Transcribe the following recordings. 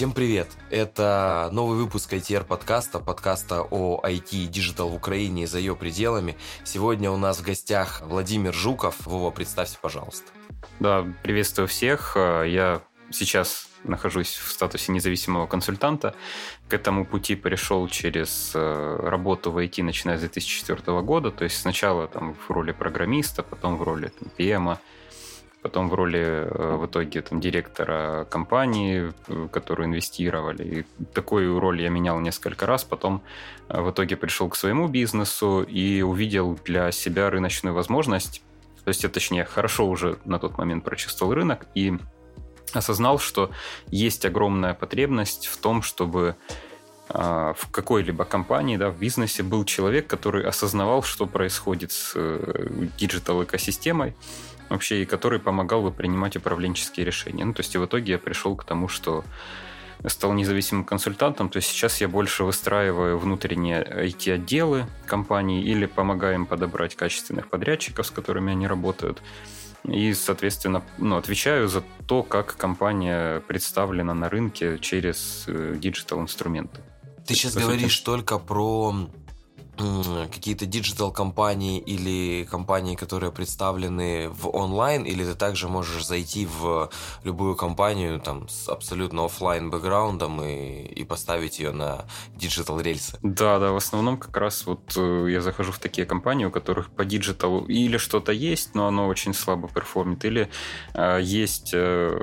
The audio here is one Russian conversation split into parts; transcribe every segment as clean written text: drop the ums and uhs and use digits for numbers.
Всем привет! Это новый выпуск ITR-подкаста о IT и Digital в Украине и за ее пределами. Сегодня у нас в гостях Владимир Жуков. Вова, представься, пожалуйста. Да, приветствую всех. Я сейчас нахожусь в статусе независимого консультанта. К этому пути пришел через работу в IT, начиная с 2004 года. То есть сначала в роли программиста, потом в роли PM, потом в роли в итоге директора компании, в которую инвестировали. И такую роль я менял несколько раз. Потом в итоге пришел к своему бизнесу и увидел для себя рыночную возможность. То есть, точнее, хорошо уже на тот момент прочувствовал рынок и осознал, что есть огромная потребность в том, чтобы в какой-либо компании, в бизнесе был человек, который осознавал, что происходит с диджитал-экосистемой вообще, и который помогал бы принимать управленческие решения. То есть, и в итоге я пришел к тому, что стал независимым консультантом, то есть сейчас я больше выстраиваю внутренние IT-отделы компании или помогаю им подобрать качественных подрядчиков, с которыми они работают. И, соответственно, отвечаю за то, как компания представлена на рынке через диджитал-инструменты. Ты сейчас говоришь только про какие-то диджитал-компании или компании, которые представлены в онлайн, или ты также можешь зайти в любую компанию с абсолютно офлайн бэкграундом и поставить ее на диджитал-рельсы? Да, в основном как раз я захожу в такие компании, у которых по диджиталу или что-то есть, но оно очень слабо перформит, или есть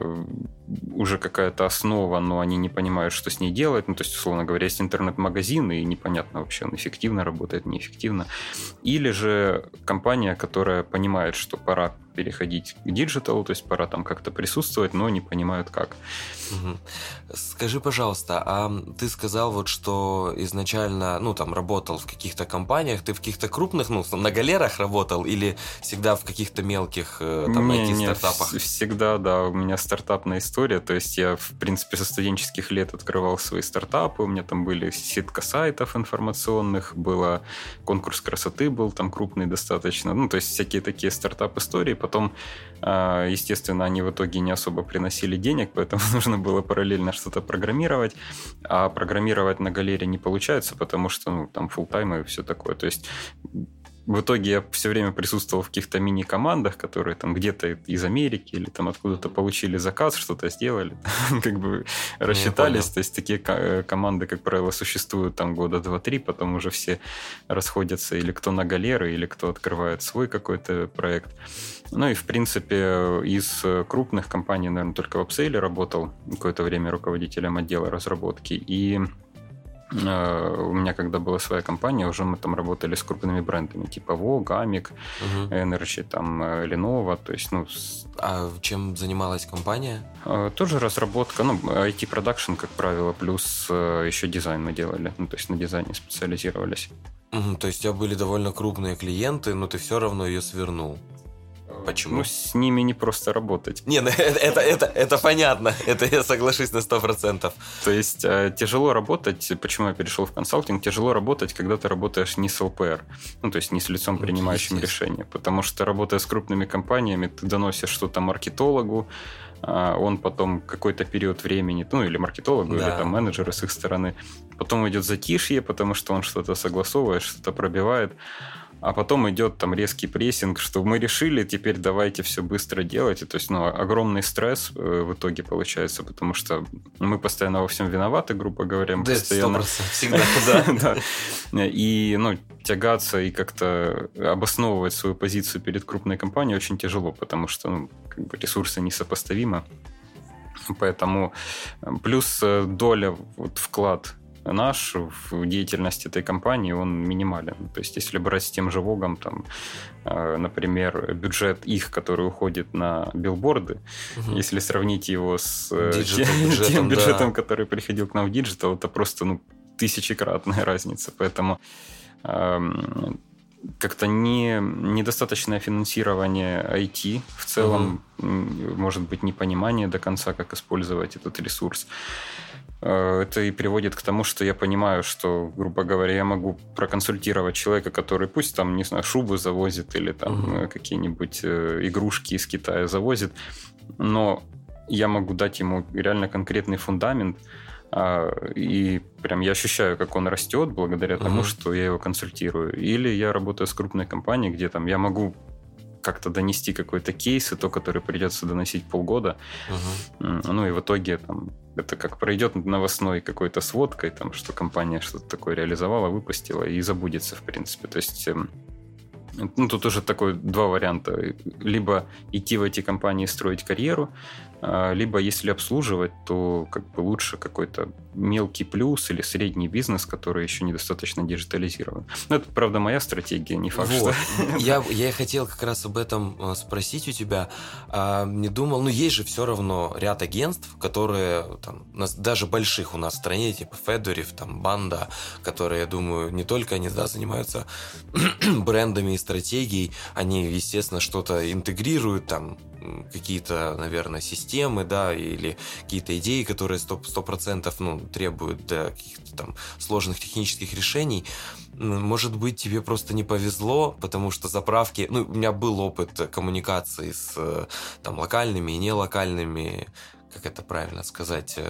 уже какая-то основа, но они не понимают, что с ней делать. То есть, условно говоря, есть интернет-магазин, и непонятно вообще, он эффективно работает, неэффективно. Или же компания, которая понимает, что пора переходить к диджиталу, то есть пора как-то присутствовать, но не понимают как. Угу. Скажи, пожалуйста, а ты сказал что изначально, работал в каких-то компаниях, ты в каких-то крупных, на галерах работал или всегда в каких-то мелких IT-стартапах? Всегда, у меня стартапная история, то есть я, в принципе, со студенческих лет открывал свои стартапы, у меня там были сетка сайтов информационных, был конкурс красоты, был там крупный достаточно, то есть всякие такие стартап-истории. Потом, естественно, они в итоге не особо приносили денег, поэтому нужно было параллельно что-то программировать. А программировать на галере не получается, потому что там фуллтайм и все такое. То есть в итоге я все время присутствовал в каких-то мини-командах, которые где-то из Америки или откуда-то получили заказ, что-то сделали, рассчитались. То есть такие команды, как правило, существуют года 2-3, потом уже все расходятся или кто на галеры, или кто открывает свой какой-то проект. И, в принципе, из крупных компаний, наверное, только в Upsale работал какое-то время руководителем отдела разработки. И у меня, когда была своя компания, уже мы там работали с крупными брендами, типа Vogue, Amic, Energy, Lenovo, то есть, А чем занималась компания? Тоже разработка, IT-продакшн, как правило, плюс еще дизайн мы делали, то есть на дизайне специализировались. То есть у тебя были довольно крупные клиенты, но ты все равно ее свернул. Почему? С ними не просто работать. Не, это понятно. Это я соглашусь на 100%. То есть тяжело работать, почему я перешел в консалтинг, тяжело работать, когда ты работаешь не с ЛПР, то есть не с лицом, принимающим решения. Потому что, работая с крупными компаниями, ты доносишь что-то маркетологу, он потом какой-то период времени, или маркетологу, или менеджеру с их стороны, потом идет затишье, потому что он что-то согласовывает, что-то пробивает. А потом идет резкий прессинг, что мы решили, теперь давайте все быстро делать. И, то есть, огромный стресс в итоге получается, потому что мы постоянно во всем виноваты, грубо говоря. Мы постоянно 100%, всегда. И, тягаться и как-то обосновывать свою позицию перед крупной компанией очень тяжело, потому что, ресурсы несопоставимы. Поэтому плюс доля, вклад наш в деятельность этой компании, он минимален. То есть, если брать с тем же Вогом, например, бюджет их, который уходит на билборды, если сравнить его с тем бюджетом, который приходил к нам в диджитал, это просто тысячекратная разница. Поэтому как-то недостаточное финансирование IT в целом, может быть, непонимание до конца, как использовать этот ресурс. Это и приводит к тому, что я понимаю, что, грубо говоря, я могу проконсультировать человека, который пусть шубы завозит или какие-нибудь игрушки из Китая завозит, но я могу дать ему реально конкретный фундамент, И прям я ощущаю, как он растет благодаря тому, что я его консультирую. Или я работаю с крупной компанией, где там я могу как-то донести какой-то кейс, и то, который придется доносить полгода. Ну и в итоге там, это как пройдет новостной какой-то сводкой, там, что компания что-то такое реализовала, выпустила, и забудется, в принципе. То есть тут уже такой два варианта. Либо идти в эти компании и строить карьеру, либо если обслуживать, то как бы лучше какой-то мелкий плюс или средний бизнес, который еще недостаточно диджитализирован. Но это, правда, моя стратегия, не факт, вот. что... Я хотел как раз об этом спросить у тебя. Не думал, есть же все равно ряд агентств, которые, там, даже больших у нас в стране, типа Федорив, там, Банда, которые, я думаю, не только они занимаются брендами и стратегией, они, естественно, что-то интегрируют, там, какие-то, наверное, системы, да, или какие-то идеи, которые 100% требуют каких-то там сложных технических решений. Может быть, тебе просто не повезло, потому что заправки... у меня был опыт коммуникации с там локальными и нелокальными, как это правильно сказать...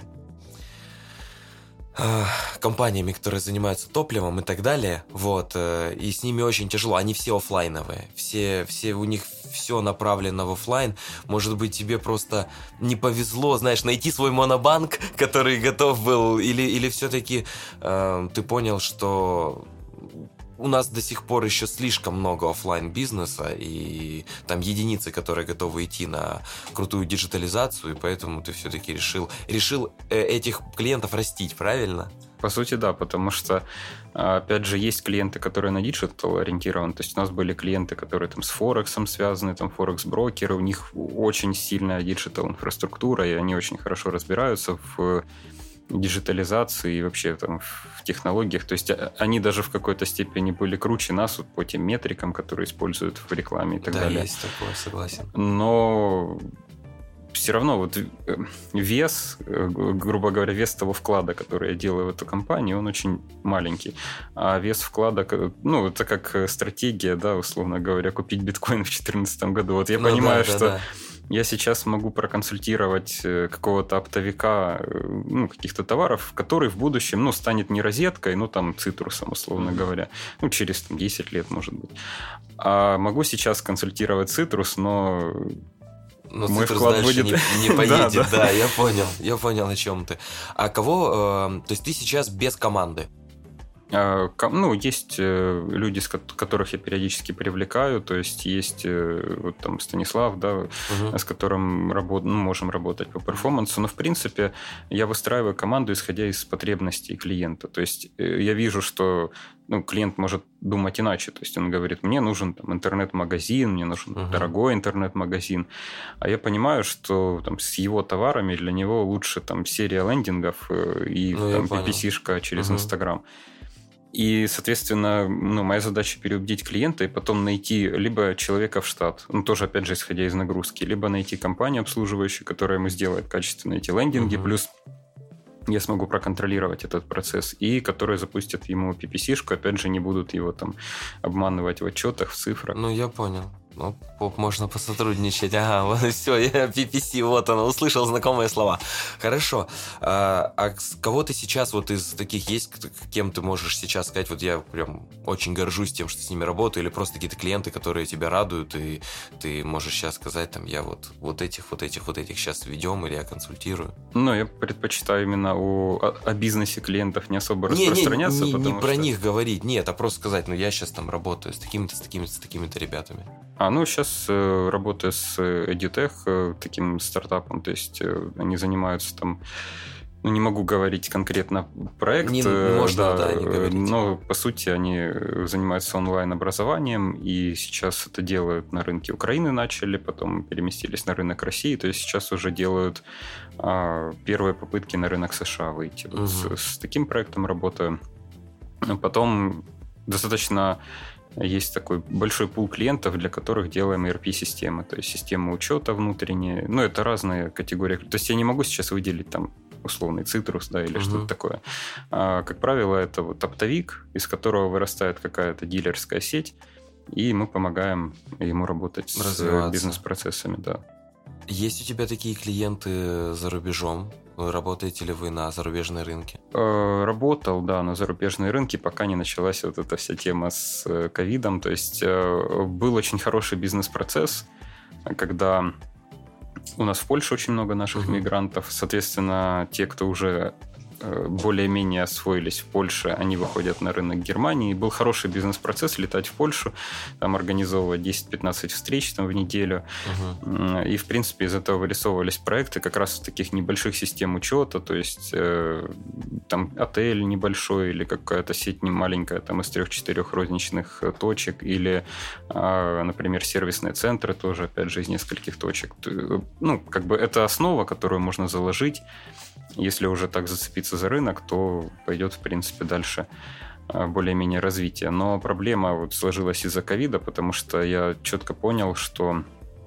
компаниями, которые занимаются топливом и так далее, и с ними очень тяжело, они все офлайновые, все у них все направлено в офлайн. Может быть, тебе просто не повезло, знаешь, найти свой монобанк, который готов был, или все-таки ты понял, что у нас до сих пор еще слишком много офлайн бизнеса, и там единицы, которые готовы идти на крутую диджитализацию, и поэтому ты все-таки решил этих клиентов растить, правильно? По сути, да, потому что, опять же, есть клиенты, которые на диджитал ориентированы. То есть у нас были клиенты, которые там с Форексом связаны, там Форекс-брокеры, у них очень сильная диджитал-инфраструктура, и они очень хорошо разбираются в диджитализации и вообще там в технологиях. То есть они даже в какой-то степени были круче нас вот по тем метрикам, которые используют в рекламе и так далее. Да, есть такое, согласен. Но все равно вот вес, грубо говоря, вес того вклада, который я делаю в эту компанию, он очень маленький. А вес вклада, это как стратегия, да, условно говоря, купить биткоин в 2014 году. Вот я понимаю, что я сейчас могу проконсультировать какого-то оптовика, каких-то товаров, который в будущем, станет не розеткой, там цитрусом, условно говоря, через 10 лет, может быть. А могу сейчас консультировать цитрус, но мой вклад будет... не поедет, да, я понял, о чем ты. А кого, то есть ты сейчас без команды? Есть люди, которых я периодически привлекаю, то есть есть вот там Станислав, да, с которым можем работать по перформансу, но в принципе я выстраиваю команду, исходя из потребностей клиента, то есть я вижу, что клиент может думать иначе, то есть он говорит, мне нужен там интернет-магазин, мне нужен дорогой интернет-магазин, а я понимаю, что там с его товарами для него лучше там серия лендингов и там PPC-шка через Инстаграм. И, соответственно, моя задача переубедить клиента и потом найти либо человека в штат, тоже, опять же, исходя из нагрузки, либо найти компанию обслуживающую, которая ему сделает качественно эти лендинги, плюс я смогу проконтролировать этот процесс, и которые запустят ему PPC-шку, опять же, не будут его там обманывать в отчетах, в цифрах. Я понял. Можно посотрудничать. Ага, вот и все, я PPC, вот оно, услышал знакомые слова. Хорошо. А кого ты сейчас вот из таких есть, кем ты можешь сейчас сказать, вот я прям очень горжусь тем, что с ними работаю, или просто какие-то клиенты, которые тебя радуют, и ты можешь сейчас сказать, там, я вот этих сейчас ведем, или я консультирую? Я предпочитаю именно о бизнесе клиентов не особо распространяться. Не про них говорить, нет, а просто сказать, я сейчас там работаю с такими-то ребятами. Сейчас работаю с EduTech, таким стартапом, то есть они занимаются там, не могу говорить конкретно проект, не говорить. Но по сути они занимаются онлайн-образованием, и сейчас это делают на рынке Украины начали, потом переместились на рынок России, то есть сейчас уже делают первые попытки на рынок США выйти. С таким проектом работаю. Потом достаточно... Есть такой большой пул клиентов, для которых делаем ERP-системы, то есть системы учета внутренние. Это разные категории. То есть я не могу сейчас выделить там условный цитрус, да, или что-то такое. Как правило, это вот оптовик, из которого вырастает какая-то дилерская сеть, и мы помогаем ему работать с бизнес-процессами, да. Есть у тебя такие клиенты за рубежом? Работаете ли вы на зарубежные рынки? Работал, да, на зарубежные рынки, пока не началась вот эта вся тема с ковидом. То есть был очень хороший бизнес-процесс, когда у нас в Польше очень много наших мигрантов. Соответственно, те, кто уже более-менее освоились в Польше, они выходят на рынок Германии. Был хороший бизнес-процесс летать в Польшу, там организовывать 10-15 встреч там, в неделю. И, в принципе, из этого вырисовывались проекты как раз таких небольших систем учета, то есть там отель небольшой или какая-то сеть не маленькая, там из 3-4 розничных точек, или, например, сервисные центры тоже, опять же, из нескольких точек. Ну, как бы это основа, которую можно заложить. Если уже так зацепиться за рынок, то пойдет, в принципе, дальше более-менее развитие. Но проблема вот сложилась из-за ковида, потому что я четко понял, что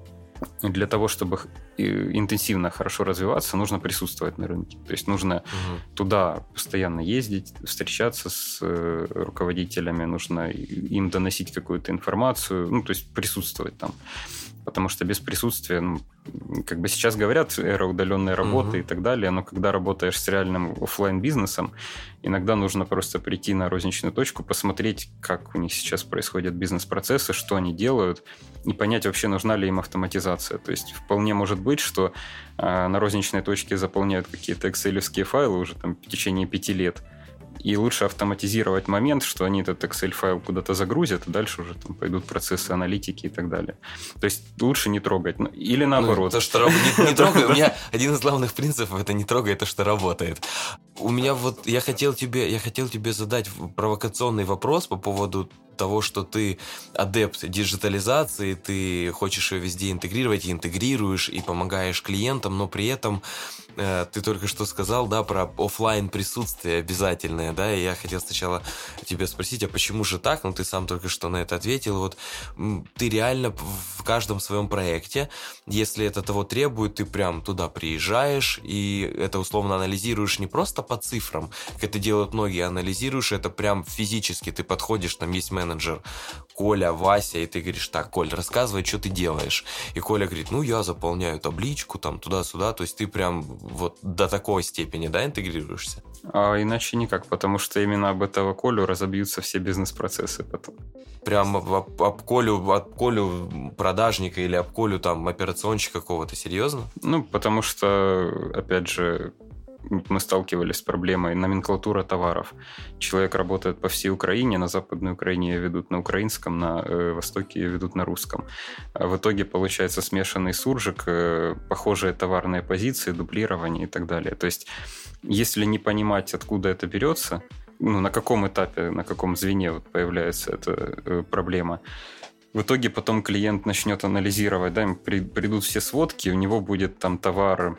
для того, чтобы интенсивно, хорошо развиваться, нужно присутствовать на рынке. То есть нужно туда постоянно ездить, встречаться с руководителями, нужно им доносить какую-то информацию, ну, то есть присутствовать там. Потому что без присутствия, ну, как бы сейчас говорят, эра удаленной работы и так далее, но когда работаешь с реальным офлайн-бизнесом, иногда нужно просто прийти на розничную точку, посмотреть, как у них сейчас происходят бизнес-процессы, что они делают, и понять вообще, нужна ли им автоматизация. То есть вполне может быть, что на розничной точке заполняют какие-то экселевские файлы уже там в течение 5 лет, и лучше автоматизировать момент, что они этот Excel-файл куда-то загрузят, и дальше уже там пойдут процессы аналитики и так далее. То есть лучше не трогать. Или наоборот. То, что не трогай. У меня один из главных принципов – это не трогай то, что работает. У меня вот... Я хотел тебе задать провокационный вопрос по поводу того, что ты адепт диджитализации, ты хочешь ее везде интегрировать, и интегрируешь, и помогаешь клиентам, но при этом ты только что сказал, да, про офлайн присутствие обязательное, да, и я хотел сначала тебя спросить, а почему же так? Ну, ты сам только что на это ответил. Вот ты реально в каждом своем проекте, если это того требует, ты прям туда приезжаешь, и это условно анализируешь не просто по цифрам, как это делают многие, анализируешь это прям физически, ты подходишь, там есть менеджер Коля, Вася, и ты говоришь, так, Коль, рассказывай, что ты делаешь. И Коля говорит, ну, я заполняю табличку, там, туда-сюда, то есть ты прям вот до такой степени, да, интегрируешься? А иначе никак, потому что именно об этого Колю разобьются все бизнес-процессы потом. Прям об Колю продажника или об Колю там операционщика какого-то, серьезно? Ну, потому что, опять же, мы сталкивались с проблемой номенклатура товаров. Человек работает по всей Украине, на Западной Украине ее ведут на украинском, на Востоке ее ведут на русском. А в итоге получается смешанный суржик, похожие товарные позиции, дублирование и так далее. То есть, если не понимать, откуда это берется, ну, на каком этапе, на каком звене вот появляется эта проблема, в итоге потом клиент начнет анализировать, да, им придут все сводки, у него будет там товар,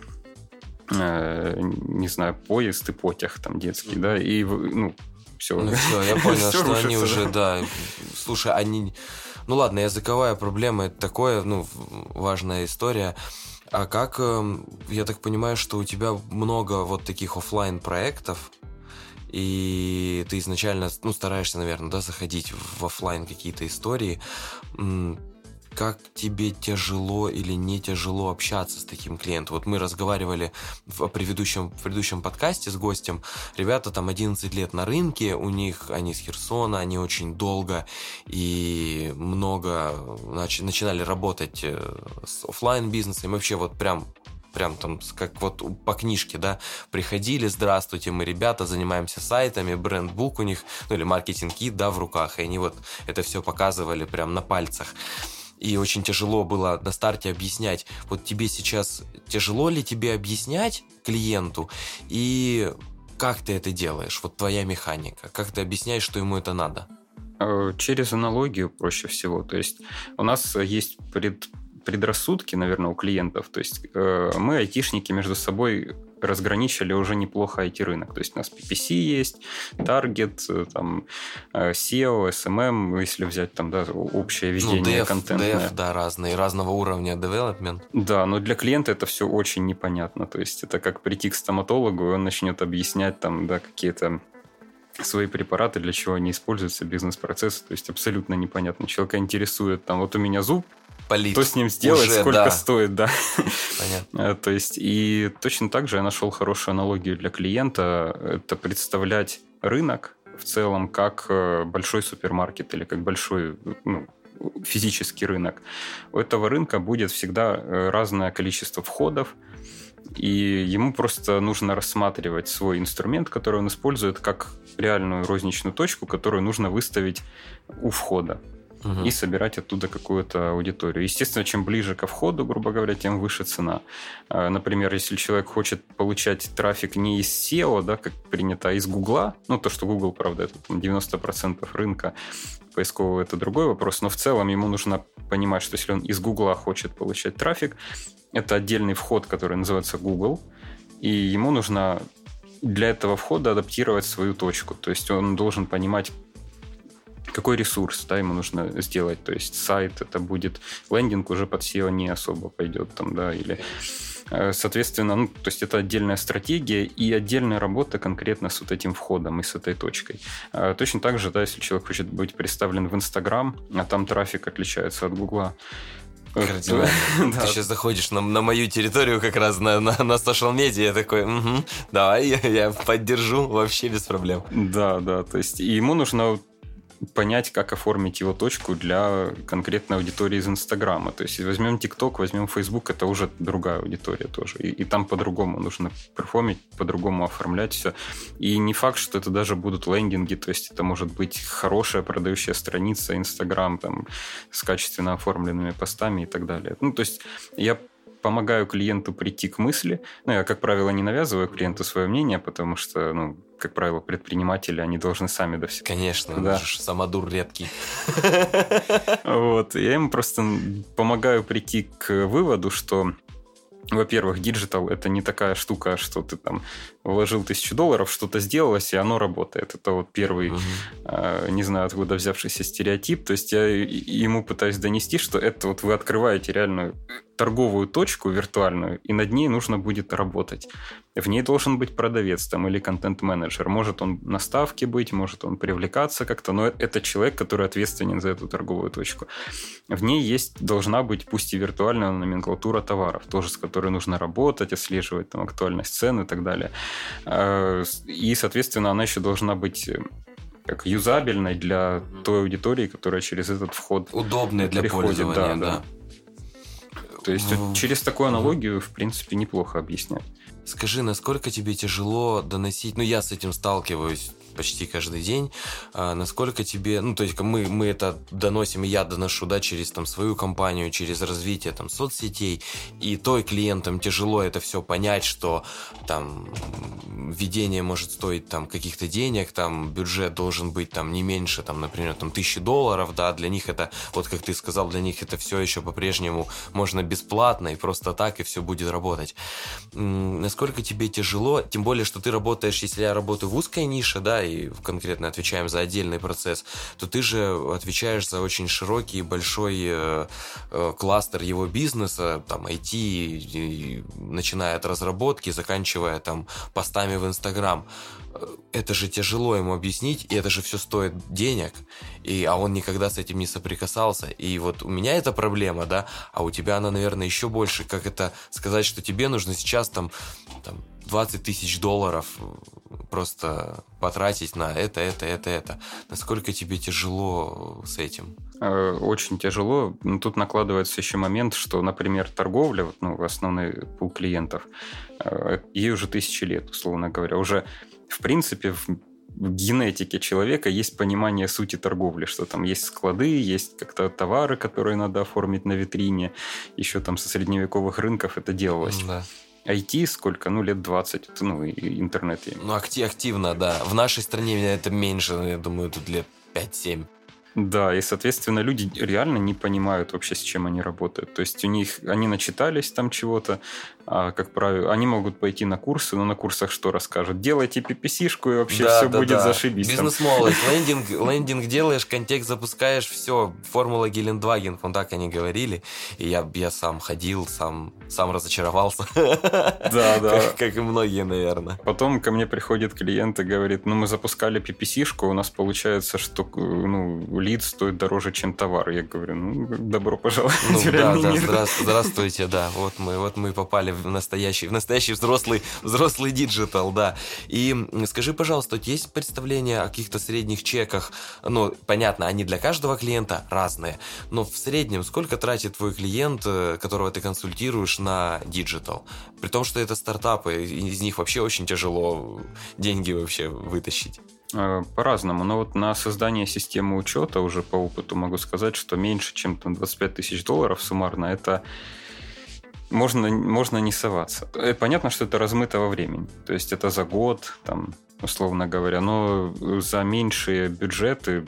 не знаю, поезд и потяг там детский, да, и, ну, все. Ну, все, я понял, что они уже, да, слушай, они... Ну, ладно, языковая проблема, это такое, ну, важная история. А как, я так понимаю, что у тебя много вот таких офлайн и ты изначально, ну, стараешься, наверное, да, заходить в офлайн какие-то истории. Как тебе тяжело или не тяжело общаться с таким клиентом? Вот мы разговаривали в предыдущем подкасте с гостем. Ребята там 11 лет на рынке, они с Херсона, они очень долго и много начинали работать с офлайн-бизнесом. Вообще вот прям там, как вот по книжке, да, приходили, здравствуйте, мы ребята, занимаемся сайтами, брендбук у них, ну или маркетинг-кит, да, в руках, и они вот это все показывали прям на пальцах. И очень тяжело было на старте объяснять, вот тебе сейчас, тяжело ли тебе объяснять клиенту, и как ты это делаешь, вот твоя механика, как ты объясняешь, что ему это надо? Через аналогию проще всего, то есть у нас есть предрассудки, наверное, у клиентов. То есть мы, айтишники, между собой разграничили уже неплохо IT-рынок. То есть у нас PPC есть, Target, там, SEO, SMM, если взять там, да, общее ведение контента. Dev, да, разного уровня development. Да, но для клиента это все очень непонятно. То есть это как прийти к стоматологу, и он начнет объяснять там, да, какие-то свои препараты, для чего они используются, бизнес-процессы. То есть абсолютно непонятно. Человека интересует, там, вот у меня зуб палит. Что с ним сделать, уже, сколько да. стоит, да. Понятно. То есть, и точно так же я нашел хорошую аналогию для клиента. Это представлять рынок в целом как большой супермаркет или как большой физический рынок. У этого рынка будет всегда разное количество входов, и ему просто нужно рассматривать свой инструмент, который он использует, как реальную розничную точку, которую нужно выставить у входа. И собирать оттуда какую-то аудиторию. Естественно, чем ближе ко входу, грубо говоря, тем выше цена. Например, если человек хочет получать трафик не из SEO, да, как принято, а из Гугла, то, что Google, правда, это 90% рынка поискового, это другой вопрос, но в целом ему нужно понимать, что если он из Гугла хочет получать трафик, это отдельный вход, который называется Google, и ему нужно для этого входа адаптировать свою точку. То есть он должен понимать, какой ресурс, ему нужно сделать. То есть сайт, это будет лендинг уже под SEO не особо пойдет там, или... Соответственно, то есть это отдельная стратегия и отдельная работа конкретно с вот этим входом и с этой точкой. Точно так же, если человек хочет быть представлен в Инстаграм, а там трафик отличается от Гугла. Кардинально. Ты сейчас заходишь на мою территорию как раз на social media, я такой, давай, я поддержу вообще без проблем. Да, то есть и ему нужно понять, как оформить его точку для конкретной аудитории из Инстаграма. То есть возьмем ТикТок, возьмем Фейсбук, это уже другая аудитория тоже. И там по-другому нужно перформить, по-другому оформлять все. И не факт, что это даже будут лендинги, то есть это может быть хорошая продающая страница Инстаграм там, с качественно оформленными постами и так далее. То есть я помогаю клиенту прийти к мысли. Я, как правило, не навязываю клиенту свое мнение, потому что, как правило, предприниматели, они должны сами до всего. Конечно, да. Самодур редкий. Я им просто помогаю прийти к выводу, что, во-первых, диджитал — это не такая штука, что ты там вложил $1000, что-то сделалось, и оно работает. Это первый, не знаю, откуда взявшийся стереотип. То есть я ему пытаюсь донести, что это вы открываете реальную торговую точку виртуальную, и над ней нужно будет работать. В ней должен быть продавец или контент-менеджер. Может он на ставке быть, может он привлекаться как-то, но это человек, который ответственен за эту торговую точку. В ней должна быть, пусть и виртуальная, номенклатура товаров, тоже с которой нужно работать, отслеживать актуальность цен и так далее. И, соответственно, она еще должна быть как юзабельной для той аудитории, которая через этот вход удобной для пользования, да. То есть через такую аналогию, в принципе, неплохо объяснять. Скажи, насколько тебе тяжело доносить... я с этим сталкиваюсь почти каждый день. Насколько тебе... то есть мы это доносим, и я доношу, через свою компанию, через развитие соцсетей, и клиентам тяжело это все понять, что введение может стоить каких-то денег, бюджет должен быть не меньше, например, $1000, да, для них это, как ты сказал, для них это все еще по-прежнему можно бесплатно и просто так, и все будет работать. Насколько тебе тяжело, тем более, что ты работаешь, если я работаю в узкой нише, да, и конкретно отвечаем за отдельный процесс, то ты же отвечаешь за очень широкий и большой кластер его бизнеса, IT, начиная от разработки, заканчивая постами в Инстаграм. Это же тяжело ему объяснить, и это же все стоит денег, а он никогда с этим не соприкасался. И у меня эта проблема, да, а у тебя она, наверное, еще больше. Как это сказать, что тебе нужно сейчас $20 000 просто потратить на это. Насколько тебе тяжело с этим? Очень тяжело. Тут накладывается еще момент, что, например, торговля, основной пул клиентов, ей уже 1000 лет, условно говоря. Уже, в принципе, в генетике человека есть понимание сути торговли, что там есть склады, есть как-то товары, которые надо оформить на витрине. Еще со средневековых рынков это делалось. Да. IT сколько? Лет 20. И интернет. Активно, да. В нашей стране это меньше, я думаю, тут лет 5-7. Да, и, соответственно, люди реально не понимают вообще, с чем они работают. То есть они начитались чего-то, А, как правило, они могут пойти на курсы, но на курсах что расскажут? Делайте PPC-шку, и вообще Да, все да, будет да. зашибись. Бизнес-молодость. Лендинг делаешь, контекст запускаешь, все, формула Гелендваген, вот так они говорили. И я сам ходил, сам разочаровался. Да, да. Как и многие, наверное. Потом ко мне приходит клиент и говорит, мы запускали PPC-шку, у нас получается, что лид стоит дороже, чем товар. Я говорю, добро пожаловать в реальный мир. Здравствуйте, да. Вот мы попали в настоящий взрослый диджитал, да. И скажи, пожалуйста, есть представление о каких-то средних чеках? Понятно, они для каждого клиента разные, но в среднем сколько тратит твой клиент, которого ты консультируешь, на диджитал? При том, что это стартапы, из них вообще очень тяжело деньги вообще вытащить. По-разному, но вот на создание системы учета уже по опыту могу сказать, что меньше, чем там $25 тысяч суммарно, это можно не соваться. Понятно, что это размыто во времени, то есть это за год, там, условно говоря, но за меньшие бюджеты.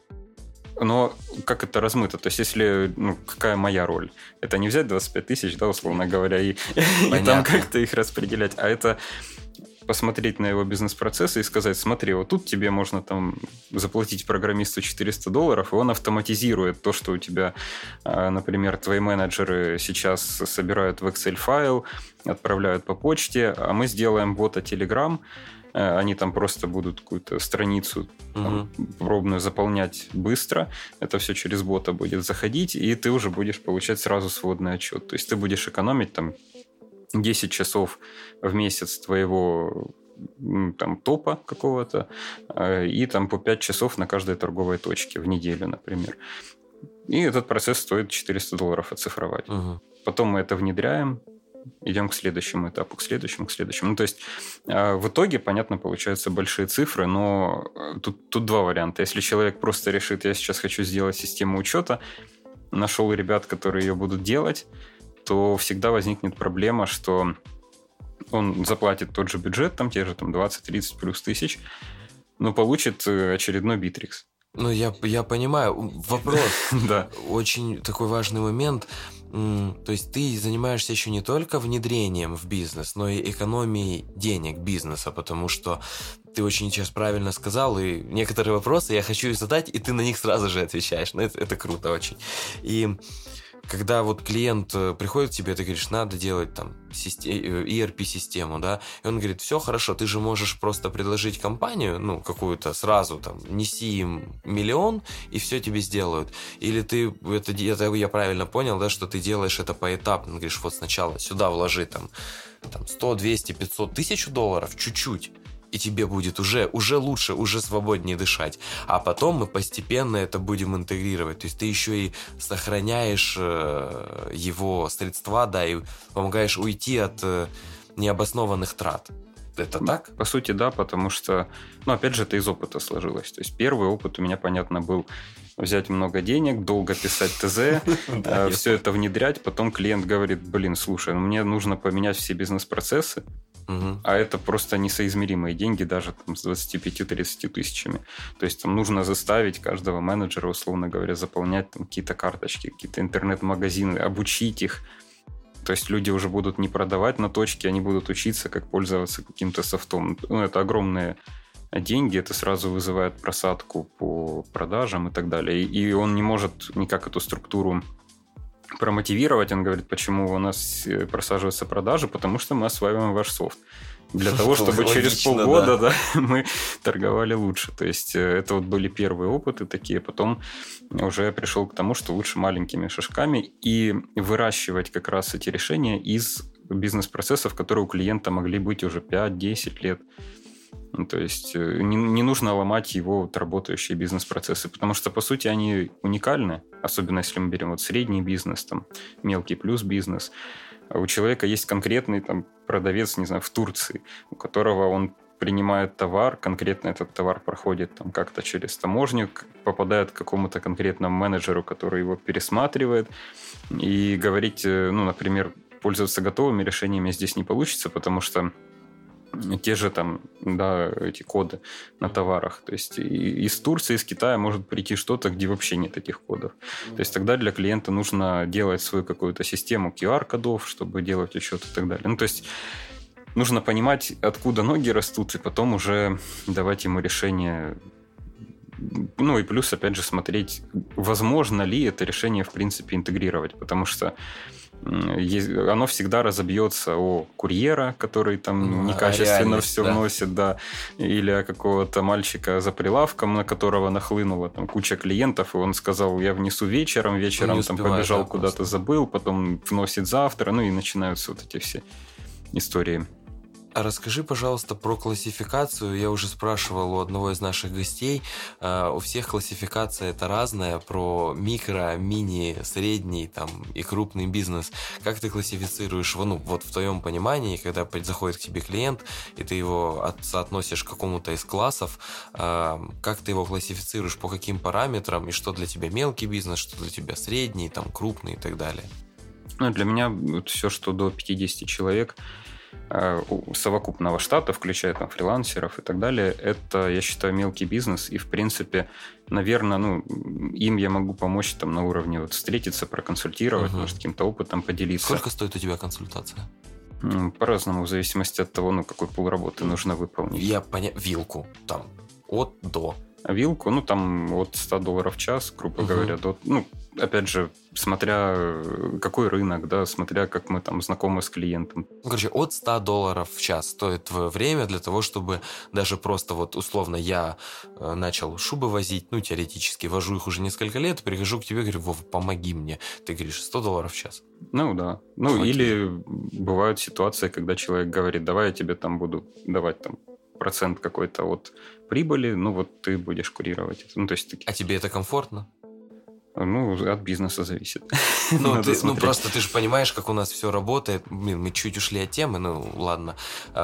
Но как это размыто? То есть, если, какая моя роль? Это не взять 25 тысяч, да, условно говоря, и там как-то их распределять, а это посмотреть на его бизнес-процессы и сказать, смотри, вот тут тебе можно там заплатить программисту $400, и он автоматизирует то, что у тебя, например, твои менеджеры сейчас собирают в Excel-файл, отправляют по почте, а мы сделаем бота Telegram, они там просто будут какую-то страницу пробную заполнять быстро, это все через бота будет заходить, и ты уже будешь получать сразу сводный отчет. То есть ты будешь экономить там 10 часов в месяц твоего там топа какого-то и там по 5 часов на каждой торговой точке в неделю, например. И этот процесс стоит $400 оцифровать. Потом мы это внедряем, идем к следующему этапу, к следующему. То есть в итоге, понятно, получаются большие цифры, но тут два варианта. Если человек просто решит, я сейчас хочу сделать систему учета, нашел ребят, которые ее будут делать, то всегда возникнет проблема, что он заплатит тот же бюджет, там те же 20-30 плюс тысяч, но получит очередной Bittrex. Я понимаю. Вопрос. Да. Очень такой важный момент. То есть ты занимаешься еще не только внедрением в бизнес, но и экономией денег бизнеса, потому что ты очень сейчас правильно сказал, и некоторые вопросы я хочу задать, и ты на них сразу же отвечаешь. Это круто очень. И когда вот клиент приходит к тебе, ты говоришь, надо делать там ERP-систему, да, и он говорит, все хорошо, ты же можешь просто предложить компанию, какую-то сразу там, неси им $1 миллион, и все тебе сделают. Или ты, это я правильно понял, да, что ты делаешь это поэтапно, говоришь, вот сначала сюда вложи там 100, 200, 500, $1000, чуть-чуть, и тебе будет уже лучше, уже свободнее дышать. А потом мы постепенно это будем интегрировать. То есть ты еще и сохраняешь его средства, да, и помогаешь уйти от необоснованных трат. Это так? По сути, да, потому что, опять же, это из опыта сложилось. То есть первый опыт у меня, понятно, был взять много денег, долго писать ТЗ, все это внедрять, потом клиент говорит, слушай, мне нужно поменять все бизнес-процессы, а это просто несоизмеримые деньги даже там, с 25-30 тысячами. То есть там нужно заставить каждого менеджера, условно говоря, заполнять там, какие-то карточки, какие-то интернет-магазины, обучить их. То есть люди уже будут не продавать на точке, они будут учиться, как пользоваться каким-то софтом. Это огромные деньги, это сразу вызывает просадку по продажам и так далее. И он не может никак эту структуру промотивировать. Он говорит, почему у нас просаживаются продажи, потому что мы осваиваем ваш софт. Для того, чтобы через полгода мы торговали лучше. То есть это вот были первые опыты такие. Потом уже я пришел к тому, что лучше маленькими шажками и выращивать как раз эти решения из бизнес-процессов, которые у клиента могли быть уже 5-10 лет. То есть не нужно ломать его работающие бизнес-процессы, потому что, по сути, они уникальны, особенно если мы берем средний бизнес, там, мелкий плюс бизнес. У человека есть конкретный там, продавец, не знаю, в Турции, у которого он принимает товар, конкретно этот товар проходит там, как-то через таможню, попадает к какому-то конкретному менеджеру, который его пересматривает, и говорить, например, пользоваться готовыми решениями здесь не получится, потому что те же там, да, эти коды на товарах. То есть из Турции, из Китая может прийти что-то, где вообще нет этих кодов. То есть тогда для клиента нужно делать свою какую-то систему QR-кодов, чтобы делать учет и так далее. Ну, то есть нужно понимать, откуда ноги растут, и потом уже давать ему решение. Ну и плюс, опять же, смотреть, возможно ли это решение, в принципе, интегрировать. Потому что оно всегда разобьется о курьера, который там некачественно все вносит, да, или о какого-то мальчика за прилавком, на которого нахлынула там куча клиентов, и он сказал, я внесу вечером там побежал куда-то, забыл, потом вносит завтра, ну и начинаются вот эти все истории. А расскажи, пожалуйста, про классификацию. Я уже спрашивал у одного из наших гостей. У всех классификация это разная. Про микро, мини, средний там, и крупный бизнес. Как ты классифицируешь, ну, вот в твоем понимании, когда заходит к тебе клиент, и ты его соотносишь к какому-то из классов, как ты его классифицируешь, по каким параметрам, и что для тебя мелкий бизнес, что для тебя средний, там, крупный и так далее? Ну, для меня вот все, что до 50 человек, совокупного штата, включая там фрилансеров и так далее, это, я считаю, мелкий бизнес, и, в принципе, наверное, ну, им я могу помочь там на уровне вот встретиться, проконсультировать, может, каким-то опытом поделиться. Сколько стоит у тебя консультация? По-разному, в зависимости от того, ну, какой пул работы нужно выполнить. Вилку, там, от до. Вилку, ну, там, от $100 в час, грубо говоря, до, ну, опять же, смотря какой рынок, да, смотря как мы там знакомы с клиентом. Ну, короче, от $100 в час стоит твое время для того, чтобы даже просто вот условно я начал шубы возить, ну, теоретически, вожу их уже несколько лет, прихожу к тебе, говорю, Вова, помоги мне. Ты говоришь, $100 в час. Ну, да. Ну, или бывают ситуации, когда человек говорит, давай я тебе там буду давать там процент какой-то от прибыли, ну, вот ты будешь курировать это. Ну, то есть, а тебе это комфортно? Ну, от бизнеса зависит. Ну, просто ты же понимаешь, как у нас все работает. Блин, мы чуть ушли от темы, ну, ладно.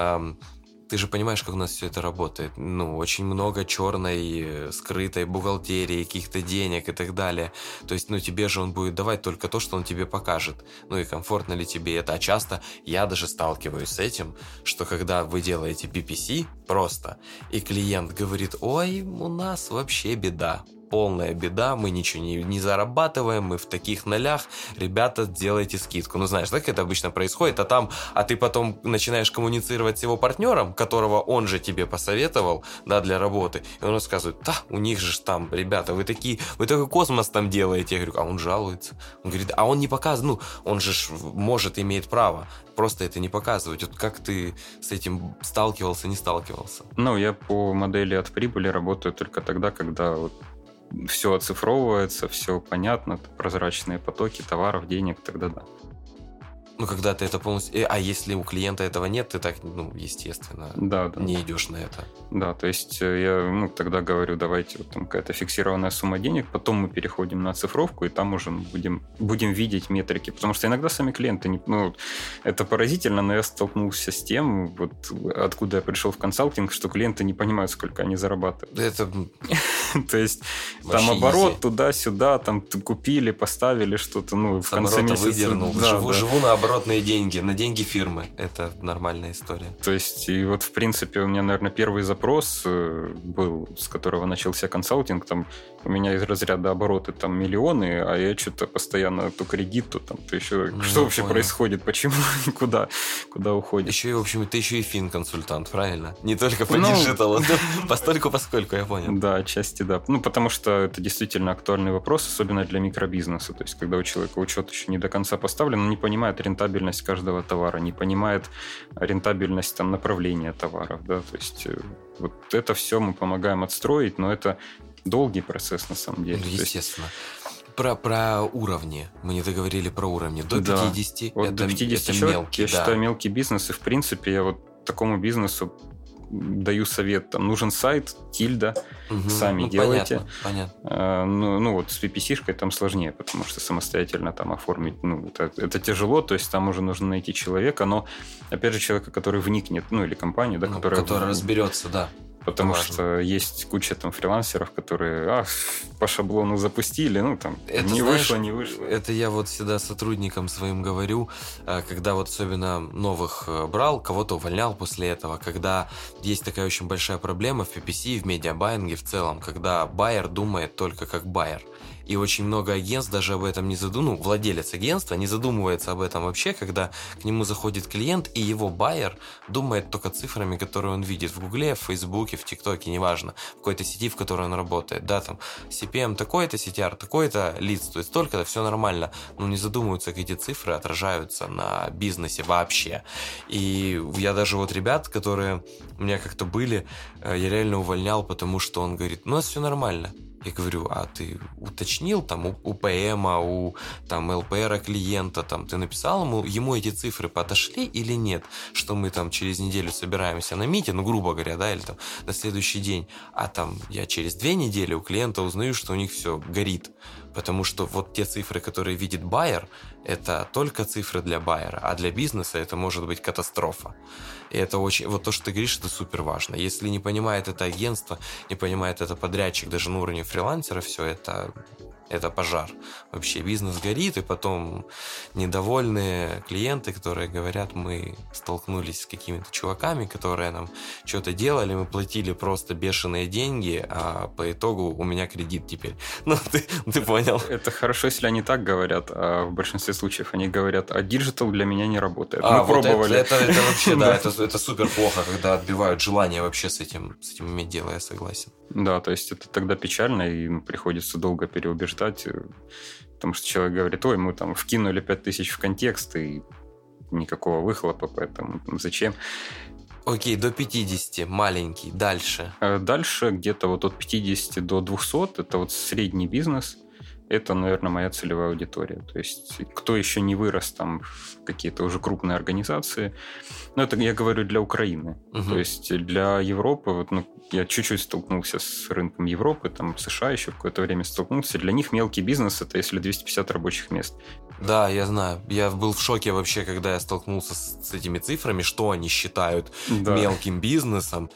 Ты же понимаешь, как у нас все это работает. Ну, очень много черной, скрытой бухгалтерии, каких-то денег и так далее. То есть, ну, тебе же он будет давать только то, что он тебе покажет. Ну, и комфортно ли тебе это. А часто я даже сталкиваюсь с этим, что когда вы делаете PPC просто, и клиент говорит, ой, у нас вообще беда. Полная беда, мы ничего не зарабатываем, мы в таких нолях, ребята, делайте скидку. Ну, знаешь, так это обычно происходит, а ты потом начинаешь коммуницировать с его партнером, которого он же тебе посоветовал, да, для работы, и он рассказывает, да, у них же там, ребята, вы такой космос там делаете. Я говорю, а он жалуется. Он говорит, а он не показывает, ну, он же может, имеет право, просто это не показывать. Вот как ты с этим сталкивался, не сталкивался? Ну, я по модели от прибыли работаю только тогда, когда вот все оцифровывается, все понятно, прозрачные потоки товаров, денег, тогда да. Ну, когда ты это полностью... А если у клиента этого нет, ты так, ну, естественно, не идешь на это. Да, то есть я тогда говорю, давайте вот там какая-то фиксированная сумма денег, потом мы переходим на оцифровку, и там уже будем видеть метрики. Потому что иногда сами клиенты... это поразительно, но я столкнулся с тем, вот откуда я пришел в консалтинг, что клиенты не понимают, сколько они зарабатывают. Это... То есть там оборот туда-сюда, там купили, поставили что-то, в конце месяца... выдернул. Живу на оборотные деньги, на деньги фирмы. Это нормальная история. То есть, и вот, в принципе, у меня, наверное, первый запрос был, с которого начался консалтинг. Там у меня из разряда обороты там миллионы, а я что-то постоянно то кредит, то еще... Что вообще происходит? Почему? Куда уходит? Еще и, в общем, ты еще и финконсультант, правильно? Не только по диджиталу. Постольку, поскольку, я понял. Да, отчасти да. Потому что это действительно актуальный вопрос, особенно для микробизнеса. То есть, когда у человека учет еще не до конца поставлен, он не понимает рентабельность каждого товара, не понимает рентабельность там направления товаров, да, то есть вот это все мы помогаем отстроить, но это долгий процесс на самом деле. Естественно. Про уровни. Мы не договорили про уровни. До 50 вот до 50 человек, мелкий, я считаю, мелкий бизнес, и в принципе я вот такому бизнесу даю совет, там нужен сайт, тильда, сами делайте. Понятно. Вот с PPC-шкой там сложнее, потому что самостоятельно там оформить, это тяжело, то есть там уже нужно найти человека, но, опять же, человека, который вникнет, или компанию, да, которая разберется, да. Потому что есть куча там фрилансеров, которые по шаблону запустили, ну там это, не знаешь, вышло, не вышло. Это я вот всегда сотрудникам своим говорю, когда вот особенно новых брал, кого-то увольнял после этого, когда есть такая очень большая проблема в PPC, в медиабайинге в целом, когда байер думает только как байер. И очень много агентств даже об этом не задумывается, владелец агентства не задумывается об этом вообще, когда к нему заходит клиент, и его байер думает только цифрами, которые он видит в Гугле, в Фейсбуке, в ТикТоке, неважно, в какой-то сети, в которой он работает, да, там, CPM такой-то, CTR такой-то, лид стоит столько-то, все нормально, но не задумываются, как эти цифры отражаются на бизнесе вообще. И я даже вот ребят, которые у меня как-то были, я реально увольнял, потому что он говорит, у нас все нормально. Я говорю, а ты уточнил там у ПМа, у там ЛПРа клиента, там ты написал ему эти цифры подошли или нет, что мы там через неделю собираемся на мите, ну грубо говоря, да, или там на следующий день, а там я через 2 недели у клиента узнаю, что у них все горит, потому что вот те цифры, которые видит байер, это только цифры для байера, а для бизнеса это может быть катастрофа. И это очень, вот то, что ты говоришь, это супер важно. Если не понимает это агентство, не понимает это подрядчик, даже на уровне фрилансера, все это пожар. Вообще бизнес горит, и потом недовольные клиенты, которые говорят, мы столкнулись с какими-то чуваками, которые нам что-то делали, мы платили просто бешеные деньги, а по итогу у меня кредит теперь. Ну, ты понял. Это хорошо, если они так говорят, а в большинстве случаев они говорят, а диджитал для меня не работает. Мы вот пробовали. Это вообще, да, это супер плохо, когда отбивают желание вообще с этим иметь дело, я согласен. Да, то есть это тогда печально, и приходится долго переубеждать, потому что человек говорит, ой, мы там вкинули 5000 в контекст, и никакого выхлопа, поэтому зачем? Окей, до 50, маленький, дальше. Дальше где-то вот от 50 до 200, это вот средний бизнес, это, наверное, моя целевая аудитория. То есть кто еще не вырос там в какие-то уже крупные организации. Ну, это я говорю для Украины. То есть для Европы, вот, я чуть-чуть столкнулся с рынком Европы, там США еще какое-то время столкнулся. Для них мелкий бизнес – это если 250 рабочих мест. Да, я знаю. Я был в шоке вообще, когда я столкнулся с этими цифрами, что они считают мелким бизнесом.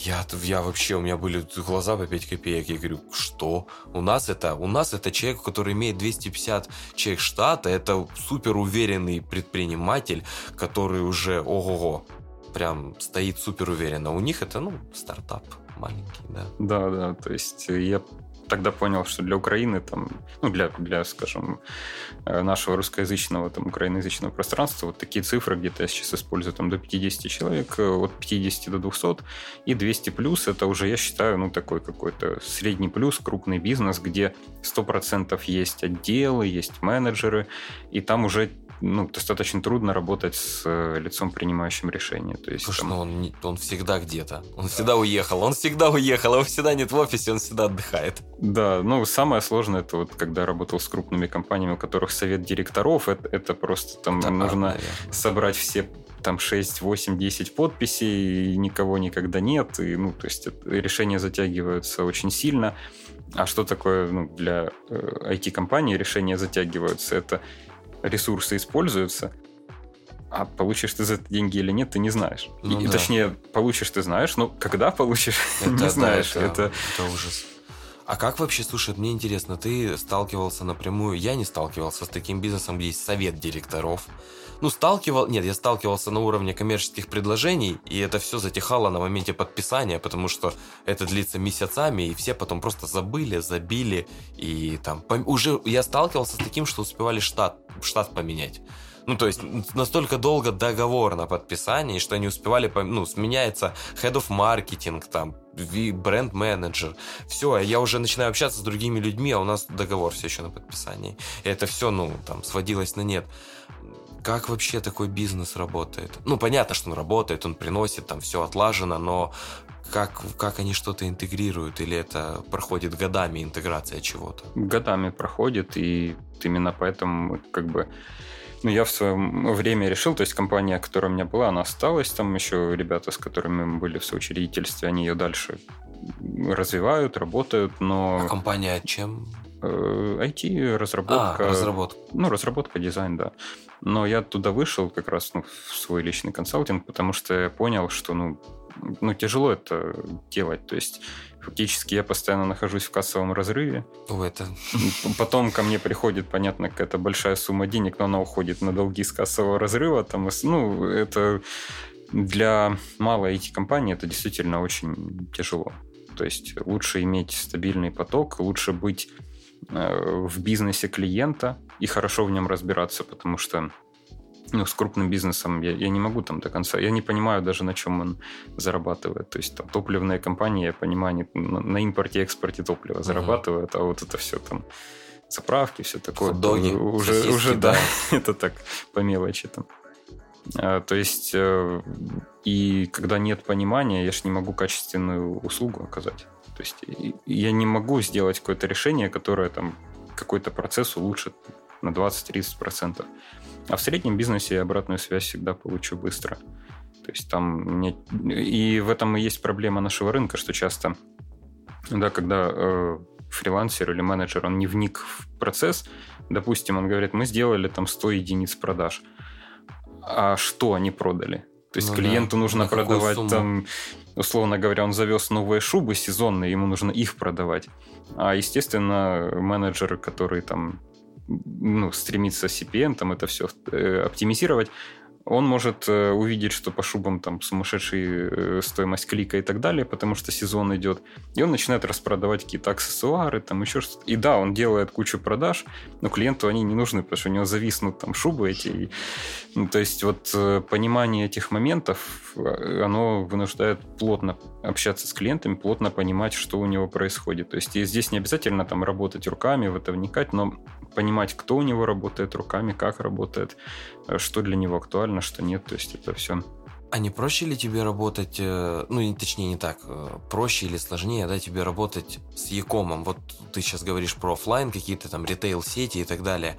Я вообще, у меня были глаза по 5 копеек. Я говорю, что? У нас это человек, который имеет 250 человек штата, это супер уверенный предприниматель, который уже, ого-го, прям стоит супер уверенно. У них это, стартап маленький, да. Да, то есть я тогда понял, что для Украины, там, для, скажем, нашего русскоязычного, там, украиноязычного пространства, вот такие цифры где-то я сейчас использую там до 50 человек, от 50 до 200, и 200 плюс, это уже, я считаю, такой какой-то средний плюс, крупный бизнес, где 100% есть отделы, есть менеджеры, и там уже достаточно трудно работать с лицом, принимающим решения. То есть, слушай, он всегда где-то. Он всегда уехал, его всегда нет в офисе, он всегда отдыхает. Да, самое сложное, это вот когда работал с крупными компаниями, у которых совет директоров, это просто там нужно собрать все там 6, 8, 10 подписей, и никого никогда нет, и, то есть решения затягиваются очень сильно. А что такое, для IT-компании решения затягиваются? Это ресурсы используются, а получишь ты за это деньги или нет, ты не знаешь. Точнее, получишь ты знаешь, но когда получишь, не знаешь. Это ужас. А как вообще, слушай, мне интересно, ты сталкивался напрямую, я не сталкивался с таким бизнесом, где есть совет директоров. Я сталкивался на уровне коммерческих предложений, и это все затихало на моменте подписания, потому что это длится месяцами, и все потом просто забили, и там уже я сталкивался с таким, что успевали штат поменять. То есть настолько долго договор на подписании, что они успевали, сменяется head of marketing, там, бренд-менеджер. Все, я уже начинаю общаться с другими людьми, а у нас договор все еще на подписании. И это все, сводилось на нет. Как вообще такой бизнес работает? Понятно, что он работает, он приносит, там все отлажено, но как они что-то интегрируют? Или это проходит годами интеграция чего-то? Годами проходит, и именно поэтому я в свое время решил, то есть компания, которая у меня была, она осталась, там еще ребята, с которыми мы были в соучредительстве, они ее дальше развивают, работают, но... А компания чем? IT, разработка. Разработка. Разработка, дизайн, да. Но я туда вышел как раз в свой личный консалтинг, потому что я понял, что тяжело это делать. То есть фактически я постоянно нахожусь в кассовом разрыве. Потом ко мне приходит, понятно, какая-то большая сумма денег, но она уходит на долги с кассового разрыва. Это для малой IT-компании это действительно очень тяжело. То есть лучше иметь стабильный поток, лучше быть в бизнесе клиента и хорошо в нем разбираться, потому что с крупным бизнесом я не могу там до конца, я не понимаю даже, на чем он зарабатывает. То есть там топливные компании, я понимаю, они на импорте и экспорте топлива зарабатывают, а вот это все там заправки, все такое. Хот-доги, уже да, это так по мелочи там. То есть и когда нет понимания, я же не могу качественную услугу оказать. То есть я не могу сделать какое-то решение, которое там какой-то процесс улучшит на 20-30%. А в среднем бизнесе я обратную связь всегда получу быстро. То есть там и в этом и есть проблема нашего рынка, что часто, когда фрилансер или менеджер, он не вник в процесс, допустим, он говорит, мы сделали там 100 единиц продаж. А что они продали? То есть клиенту нужно продавать там, условно говоря, он завез новые шубы сезонные, ему нужно их продавать. А, естественно, менеджер, который там стремится CPM, там это все оптимизировать, он может увидеть, что по шубам там сумасшедшая стоимость клика и так далее, потому что сезон идет, и он начинает распродавать какие-то аксессуары, там еще что-то. И да, он делает кучу продаж, но клиенту они не нужны, потому что у него зависнут там шубы эти. То есть вот понимание этих моментов, оно вынуждает плотно общаться с клиентами, плотно понимать, что у него происходит. То есть и здесь не обязательно там работать руками, в это вникать, но понимать, кто у него работает руками, как работает, что для него актуально, что нет. То есть это все. А не проще ли тебе работать, точнее не так, проще или сложнее, тебе работать с e-comом? Вот ты сейчас говоришь про офлайн, какие-то там ритейл-сети и так далее,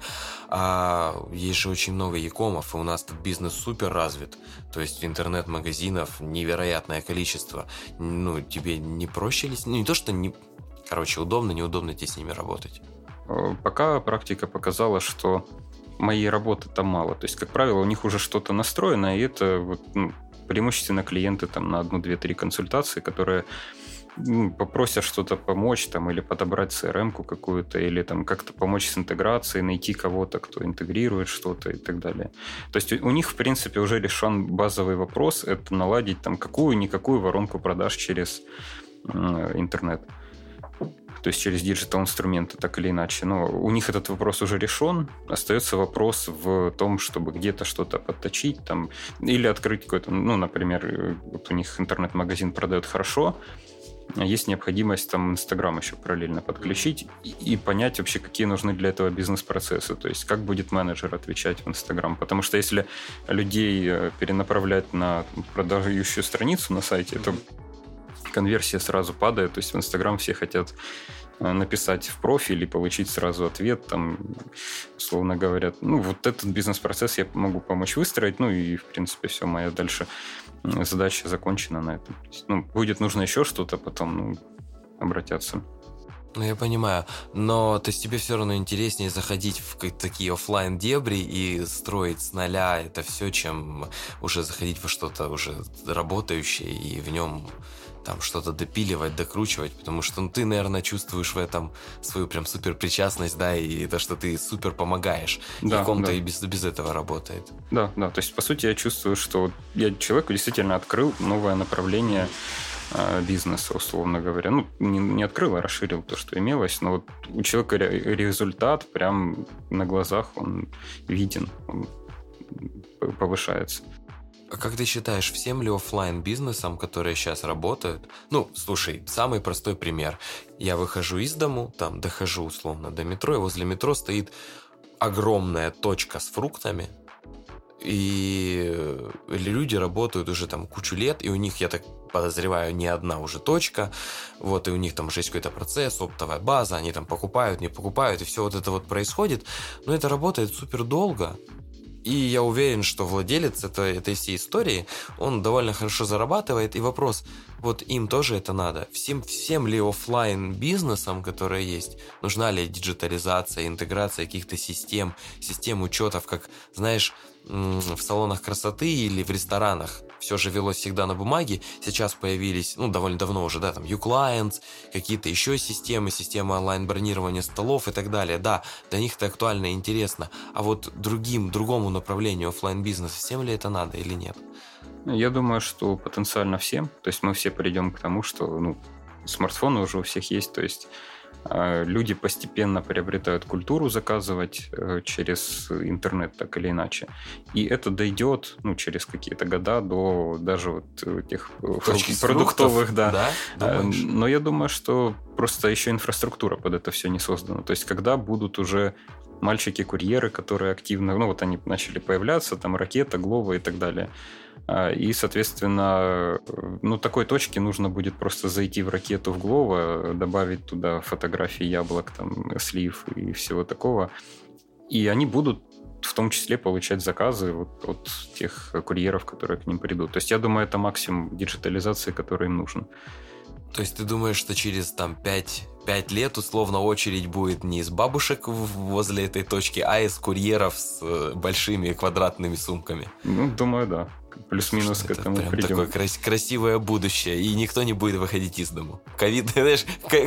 а есть же очень много e-комов, и у нас тут бизнес супер развит, то есть интернет-магазинов невероятное количество. Тебе не проще ли, не то что удобно, неудобно тебе с ними работать? Пока практика показала, что моей работы там мало. То есть, как правило, у них уже что-то настроено, и это преимущественно клиенты там на 1, 2, 3 консультации, которые попросят что-то помочь там, или подобрать CRM-ку какую-то, или там как-то помочь с интеграцией, найти кого-то, кто интегрирует что-то и так далее. То есть у них, в принципе, уже решен базовый вопрос, это наладить там какую-никакую воронку продаж через интернет. То есть через диджитал-инструменты, так или иначе. Но у них этот вопрос уже решен. Остается вопрос в том, чтобы где-то что-то подточить там, или открыть какой-то... например, вот у них интернет-магазин продает хорошо, есть необходимость там Инстаграм еще параллельно подключить и понять вообще, какие нужны для этого бизнес-процессы. То есть как будет менеджер отвечать в Инстаграм. Потому что если людей перенаправлять на продающую страницу на сайте, то конверсия сразу падает, то есть в Инстаграм все хотят написать в профиль и получить сразу ответ, там, условно говоря, вот этот бизнес-процесс я могу помочь выстроить, и, в принципе, все, моя дальше задача закончена на этом. Будет нужно еще что-то, потом, обратятся. Я понимаю, но то есть тебе все равно интереснее заходить в такие офлайн дебри и строить с нуля это все, чем уже заходить во что-то уже работающее и в нем там что-то допиливать, докручивать, потому что ты, наверное, чувствуешь в этом свою прям супер причастность, и то, что ты супер помогаешь. Да, и без этого работает. Да, то есть, по сути, я чувствую, что я человеку действительно открыл новое направление бизнеса, условно говоря. Не открыл, а расширил то, что имелось, но вот у человека результат прям на глазах, он виден, он повышается. А как ты считаешь, всем ли офлайн бизнесам, которые сейчас работают? Слушай, самый простой пример. Я выхожу из дому, там дохожу условно до метро, и возле метро стоит огромная точка с фруктами, и люди работают уже там кучу лет, и у них, я так подозреваю, не одна уже точка, и у них там уже есть какой-то процесс, оптовая база, они там покупают, не покупают, и все вот это происходит, но это работает супер долго. И я уверен, что владелец этой всей истории, он довольно хорошо зарабатывает. И вопрос, им тоже это надо? Всем ли офлайн бизнесам, которые есть, нужна ли диджитализация, интеграция каких-то систем учетов, как, знаешь, в салонах красоты или в ресторанах все же велось всегда на бумаге. Сейчас появились, довольно давно уже, да, там uClients, какие-то еще системы онлайн-бронирования столов и так далее. Да, для них это актуально и интересно. А вот другому направлению офлайн-бизнеса всем ли это надо или нет? Я думаю, что потенциально всем. То есть мы все придем к тому, что смартфоны уже у всех есть. То есть люди постепенно приобретают культуру заказывать через интернет так или иначе. И это дойдет через какие-то года до даже вот тех продуктовых. Да. Но я думаю, что просто еще инфраструктура под это все не создана. То есть когда будут уже мальчики-курьеры, которые активно... вот они начали появляться, там Ракета, Глова и так далее. И, соответственно, такой точке нужно будет просто зайти в Ракету, в Глова, добавить туда фотографии яблок, там, слив и всего такого. И они будут в том числе получать заказы от тех курьеров, которые к ним придут. То есть я думаю, это максимум диджитализации, который им нужен. То есть ты думаешь, что через 5 лет условно очередь будет не из бабушек возле этой точки, а из курьеров с большими квадратными сумками? Думаю, да. Плюс-минус к этому прям придем. Такое красивое будущее, и никто не будет выходить из дому. Ковид, знаешь,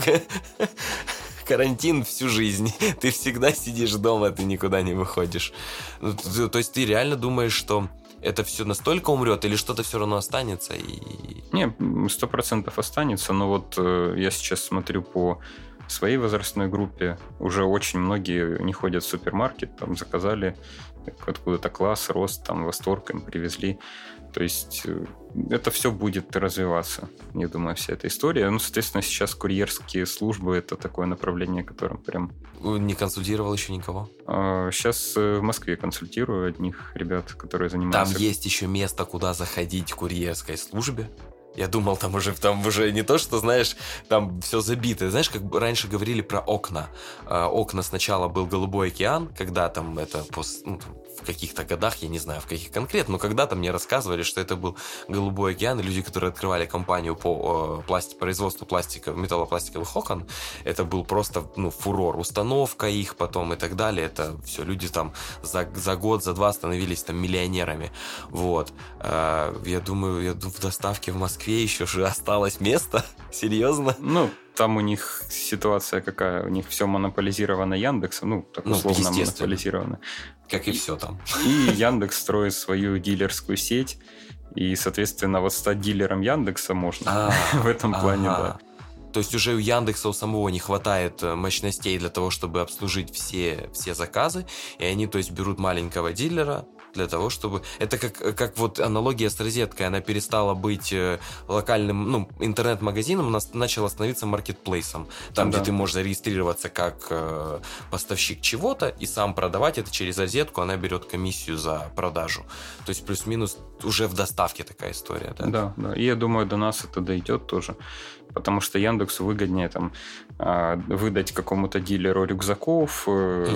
карантин всю жизнь. Ты всегда сидишь дома, ты никуда не выходишь. То есть ты реально думаешь, что это все настолько умрет, или что-то все равно останется? Не, 100% останется, но вот я сейчас смотрю по своей возрастной группе, уже очень многие не ходят в супермаркет, там заказали откуда-то класс, рост, там восторг им привезли. То есть это все будет развиваться, я думаю, вся эта история. Соответственно, сейчас курьерские службы — это такое направление, которым прям... Не консультировал еще никого? Сейчас в Москве консультирую одних ребят, которые занимаются... Там есть еще место, куда заходить в курьерской службе? Я думал, там уже не то, что, знаешь, там все забито. Знаешь, как раньше говорили про окна. Окна сначала был Голубой океан, когда там это в каких-то годах, я не знаю, в каких конкретно, но когда-то мне рассказывали, что это был Голубой океан, и люди, которые открывали компанию по производству металлопластиковых окон, это был просто фурор. Установка их потом и так далее. Это все, люди там за год, за два становились там миллионерами. Вот. Я думаю, в доставке в Москве еще же осталось место. Серьезно? Там у них ситуация какая? У них все монополизировано Яндексом, так условно монополизировано. Как и все там. И Яндекс строит свою дилерскую сеть, и, соответственно, стать дилером Яндекса можно в этом плане, да. То есть уже у Яндекса у самого не хватает мощностей для того, чтобы обслужить все заказы, и они, то есть, берут маленького дилера для того, чтобы... Это как вот аналогия с розеткой. Она перестала быть локальным, интернет-магазином, она начала становиться маркетплейсом. Там, где ты можешь зарегистрироваться как поставщик чего-то и сам продавать это через розетку, она берет комиссию за продажу. То есть плюс-минус уже в доставке такая история, да? Да. И я думаю, до нас это дойдет тоже. Потому что Яндексу выгоднее выдать какому-то дилеру рюкзаков,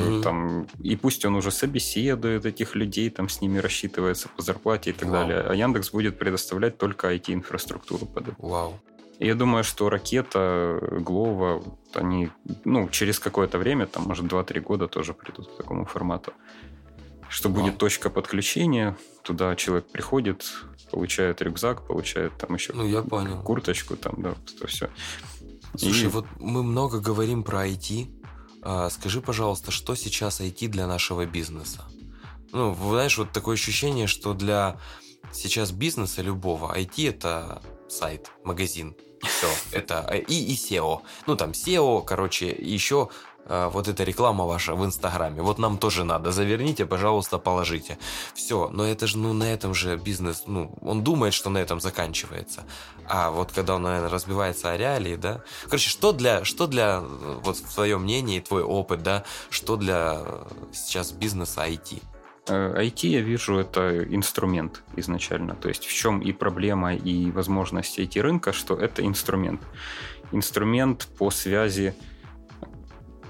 и пусть он уже собеседует этих людей, с ними рассчитывается по зарплате и так далее. А Яндекс будет предоставлять только IT-инфраструктуру под это. Вау. Я думаю, что Ракета, Глова, они через какое-то время, может 2-3 года тоже придут к такому формату. Что будет точка подключения, туда человек приходит, получает рюкзак, получает еще я понял. Курточку, это все. Слушай, вот мы много говорим про IT. Скажи, пожалуйста, что сейчас IT для нашего бизнеса? Знаешь, вот такое ощущение, что для сейчас бизнеса любого IT это сайт, магазин. Все, это и SEO. SEO, еще вот эта реклама ваша в Инстаграме. Вот нам тоже надо. Заверните, пожалуйста, положите. Все, но это же, на этом же бизнес, он думает, что на этом заканчивается. А вот когда он, наверное, разбивается о реалии, да. Что для вот в твоем мнении, твой опыт, да, что для сейчас бизнеса IT? IT, я вижу, это инструмент изначально. То есть в чем и проблема, и возможность IT-рынка, что это инструмент. Инструмент по связи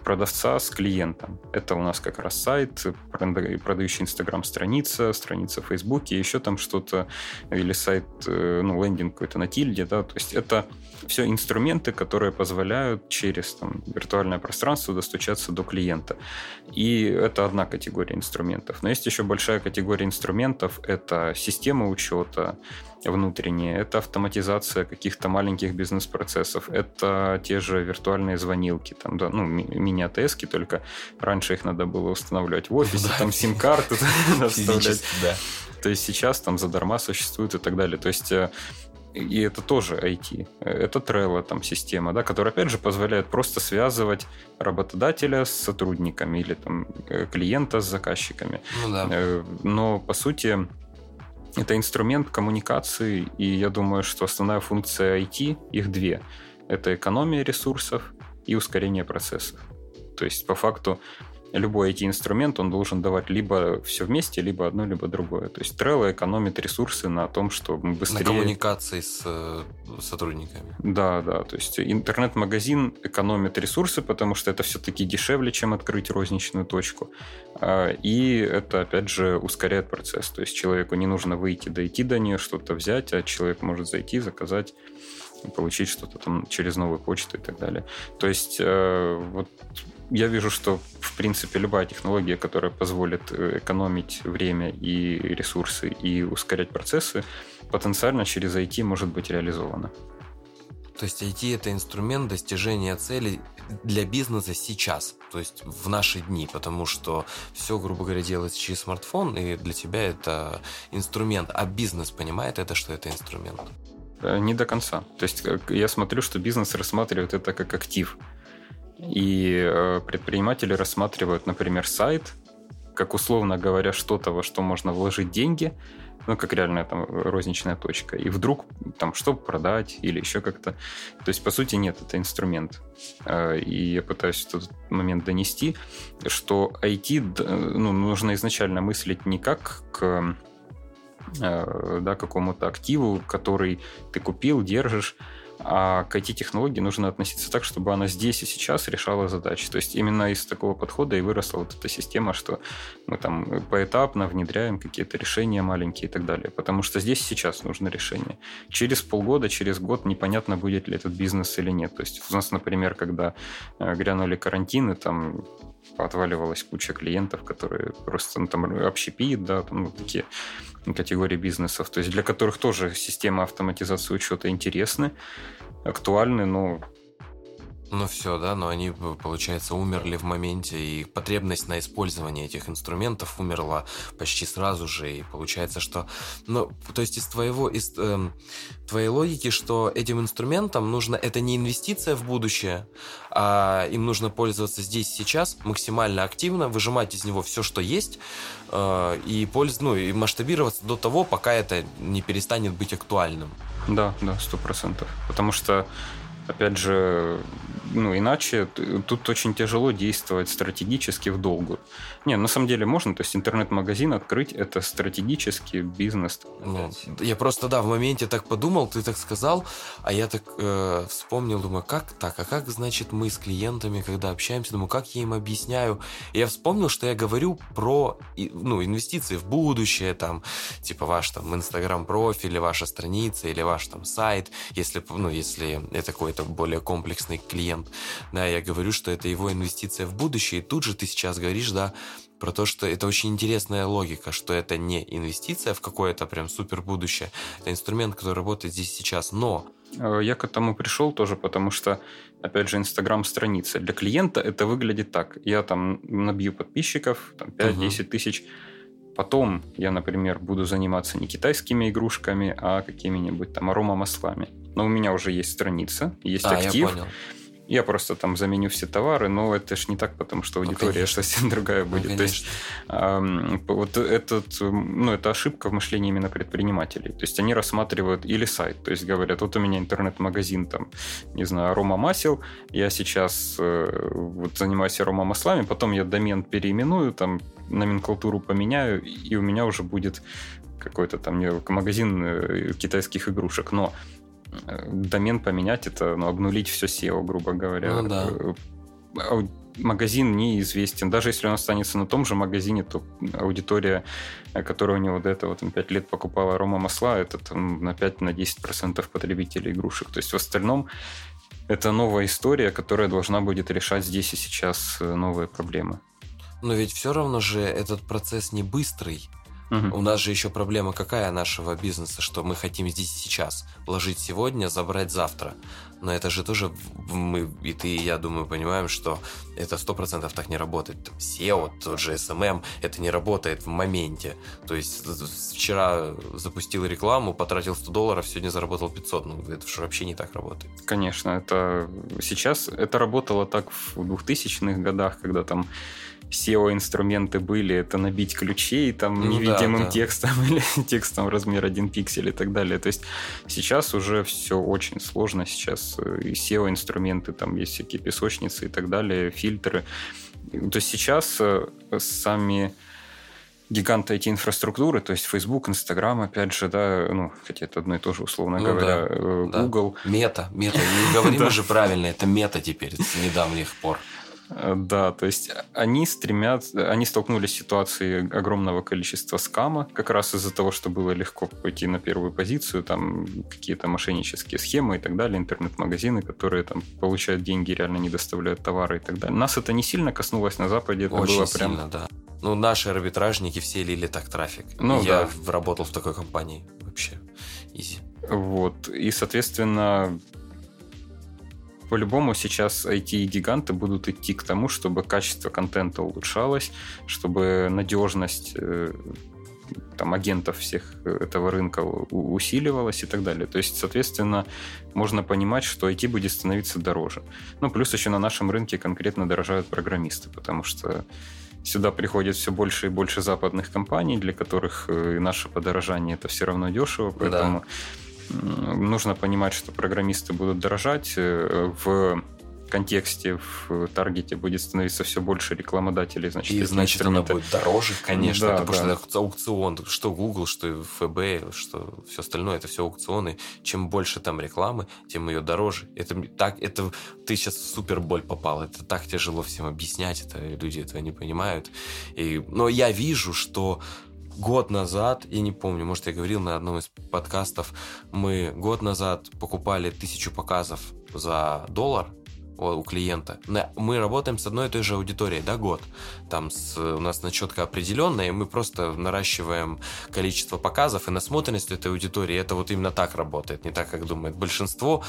продавца с клиентом. Это у нас как раз сайт, продающий Инстаграм-страница, страница в Фейсбуке, еще там что-то, или сайт, лендинг какой-то на тильде, да, то есть это все инструменты, которые позволяют через там, виртуальное пространство достучаться до клиента. И это одна категория инструментов. Но есть еще большая категория инструментов, это система учета внутренние, это автоматизация каких-то маленьких бизнес-процессов, это те же виртуальные звонилки, там, да, мини-АТСки, только раньше их надо было устанавливать в офисе, там сим-карты вставлять. То есть сейчас там задарма существует и так далее. То есть и это тоже IT. Это Trello, там, система, да, которая, опять же, позволяет просто связывать работодателя с сотрудниками или там, клиента с заказчиками. Но, по сути, это инструмент коммуникации, и я думаю, что основная функция IT, их две. Это экономия ресурсов и ускорение процессов. То есть, по факту, любой IT-инструмент, он должен давать либо все вместе, либо одно, либо другое. То есть Trello экономит ресурсы на том, что быстрее... На коммуникации с сотрудниками. Да. То есть интернет-магазин экономит ресурсы, потому что это все-таки дешевле, чем открыть розничную точку. И это, опять же, ускоряет процесс. То есть человеку не нужно дойти до нее, что-то взять, а человек может зайти, заказать, получить что-то там через новую почту и так далее. То есть вот я вижу, что, в принципе, любая технология, которая позволит экономить время и ресурсы и ускорять процессы, потенциально через IT может быть реализована. То есть IT – это инструмент достижения целей для бизнеса сейчас, то есть в наши дни, потому что все, грубо говоря, делается через смартфон, и для тебя это инструмент, а бизнес понимает это, что это инструмент? Не до конца. То есть я смотрю, что бизнес рассматривает это как актив. И предприниматели рассматривают, например, сайт, как, условно говоря, что-то, во что можно вложить деньги, как реальная там розничная точка, и вдруг там что продать или еще как-то. То есть, по сути, нет, это инструмент. И я пытаюсь этот момент донести, что IT нужно изначально мыслить не как к какому-то активу, который ты купил, держишь, а к IT-технологии нужно относиться так, чтобы она здесь и сейчас решала задачи. То есть именно из такого подхода и выросла вот эта система, что мы там поэтапно внедряем какие-то решения маленькие и так далее. Потому что здесь и сейчас нужно решение. Через полгода, через год непонятно, будет ли этот бизнес или нет. То есть у нас, например, когда грянули карантины, там отваливалась куча клиентов, которые просто там общепит, да, там такие категории бизнесов, то есть для которых тоже система автоматизации учета интересны, актуальны, но... Ну все, да, но они, получается, умерли в моменте, и потребность на использование этих инструментов умерла почти сразу же, и получается, что... Ну, то есть из твоей логики, что этим инструментам нужно... Это не инвестиция в будущее, а им нужно пользоваться здесь сейчас, максимально активно, выжимать из него все, что есть, и масштабироваться до того, пока это не перестанет быть актуальным. Да, 100%. Потому что, опять же, иначе тут очень тяжело действовать стратегически в долгую. Не, на самом деле можно, то есть интернет-магазин открыть, это стратегический бизнес. Я просто, в моменте так подумал, ты так сказал, а я так вспомнил, думаю, как, значит, мы с клиентами, когда общаемся, думаю, как я им объясняю. И я вспомнил, что я говорю про инвестиции в будущее, там, типа ваш там Инстаграм-профиль, или ваша страница, или ваш там сайт, если это какой-то более комплексный клиент. Да, я говорю, что это его инвестиция в будущее, и тут же ты сейчас говоришь, да, про то, что это очень интересная логика, что это не инвестиция в какое-то прям супер будущее, это инструмент, который работает здесь сейчас, но... Я к этому пришел тоже, потому что, опять же, Инстаграм-страница. Для клиента это выглядит так. Я там набью подписчиков, там 5-10 тысяч. Потом я, например, буду заниматься не китайскими игрушками, а какими-нибудь там аромамаслами. Но у меня уже есть страница, есть актив. Я понял. Я просто там заменю все товары, но это ж не так, потому что аудитория совсем другая будет. То есть это ошибка в мышлении именно предпринимателей. То есть они рассматривают или сайт, то есть говорят, вот у меня интернет-магазин, там, не знаю, аромамасел, я сейчас занимаюсь аромамаслами, потом я домен переименую, там, номенклатуру поменяю, и у меня уже будет какой-то там магазин китайских игрушек. Но домен поменять, это обнулить все SEO, грубо говоря. магазин неизвестен. Даже если он останется на том же магазине, то аудитория, которая у него до этого 5 лет покупала аромамасла, это на 5-10% потребителей игрушек. То есть в остальном это новая история, которая должна будет решать здесь и сейчас новые проблемы. Но ведь все равно же этот процесс не быстрый. У нас же еще проблема какая нашего бизнеса, что мы хотим здесь и сейчас вложить сегодня, забрать завтра. Но это же тоже мы, и ты, и я думаю, понимаем, что это 100% так не работает. SEO, тот же SMM, это не работает в моменте. То есть вчера запустил рекламу, потратил $100, сегодня заработал 500. Ну, это же вообще не так работает. Конечно, это сейчас это работало так в 2000-х годах, когда там SEO-инструменты были, это набить ключей там невидимым текстом или текстом размер 1 пиксель и так далее. То есть сейчас уже все очень сложно. Сейчас и SEO-инструменты, там есть всякие песочницы и так далее, фильтры. То есть сейчас сами гиганты IT-инфраструктуры, то есть Facebook, Instagram, опять же, да, ну, хотя это одно и то же, условно говоря, Google. Мета. Не говорим уже правильно, это мета теперь с недавних пор. Да, то есть они столкнулись с ситуацией огромного количества скама, как раз из-за того, что было легко пойти на первую позицию, там какие-то мошеннические схемы и так далее, интернет-магазины, которые там получают деньги, реально не доставляют товары и так далее. Нас это не сильно коснулось на Западе, это очень было сильно, прям... да. Ну, наши арбитражники все лили так трафик. Ну, я работал в такой компании, вообще изи. Вот, и, соответственно... По-любому сейчас IT-гиганты будут идти к тому, чтобы качество контента улучшалось, чтобы надежность там, агентов всех этого рынка усиливалась и так далее. То есть, соответственно, можно понимать, что IT будет становиться дороже. Ну, плюс еще на нашем рынке конкретно дорожают программисты, потому что сюда приходит все больше и больше западных компаний, для которых наше подорожание это все равно дешево, поэтому... Нужно понимать, что программисты будут дорожать. В контексте, в таргете будет становиться все больше рекламодателей. Значит она будет дороже, конечно. Да, потому что это аукцион. Что Google, что ФБ, что все остальное, это все аукционы. Чем больше там рекламы, тем ее дороже. Это ты сейчас в супер боль попал. Это так тяжело всем объяснять. Люди этого не понимают. Но я вижу, что год назад, я не помню, может, я говорил на одном из подкастов, мы год назад покупали 1000 показов за $1 у клиента. Мы работаем с одной и той же аудиторией, да, год. Там у нас начетка определенная, и мы просто наращиваем количество показов и насмотренность этой аудитории. Это вот именно так работает, не так, как думает большинство.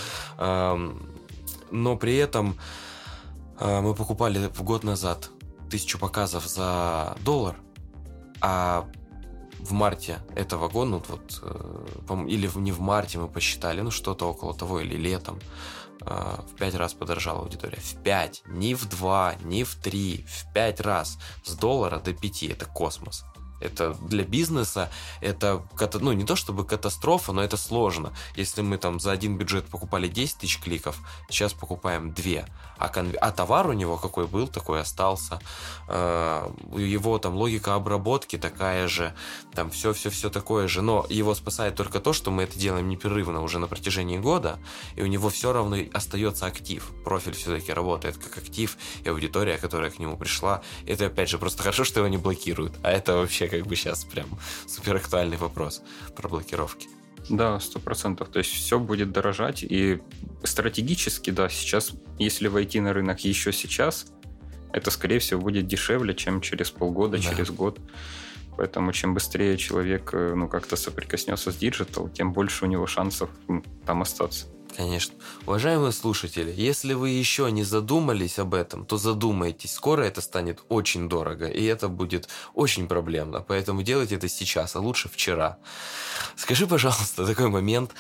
Но при этом мы покупали в год назад 1000 показов за $1, а в марте этого года, или не в марте мы посчитали, что-то около того, или летом, в 5 раз подорожала аудитория. В 5, не в 2, не в 3, в 5 раз. С $1 до 5. Это космос. Это для бизнеса, это не то чтобы катастрофа, но это сложно. Если мы там за один бюджет покупали 10 тысяч кликов, сейчас покупаем 2. А товар у него какой был, такой остался. Его там логика обработки такая же, там все такое же. Но его спасает только то, что мы это делаем непрерывно уже на протяжении года, и у него все равно остается актив. Профиль все-таки работает как актив, и аудитория, которая к нему пришла, это опять же просто хорошо, что его не блокируют. А это вообще как бы сейчас прям супер актуальный вопрос про блокировки. Да, 100%. То есть все будет дорожать. И стратегически, да, сейчас, если войти на рынок еще сейчас, это, скорее всего, будет дешевле, чем через полгода, через год. Поэтому чем быстрее человек как-то соприкоснется с диджитал, тем больше у него шансов там остаться. Конечно. Уважаемые слушатели, если вы еще не задумались об этом, то задумайтесь. Скоро это станет очень дорого, и это будет очень проблемно. Поэтому делайте это сейчас, а лучше вчера. Скажи, пожалуйста, такой момент.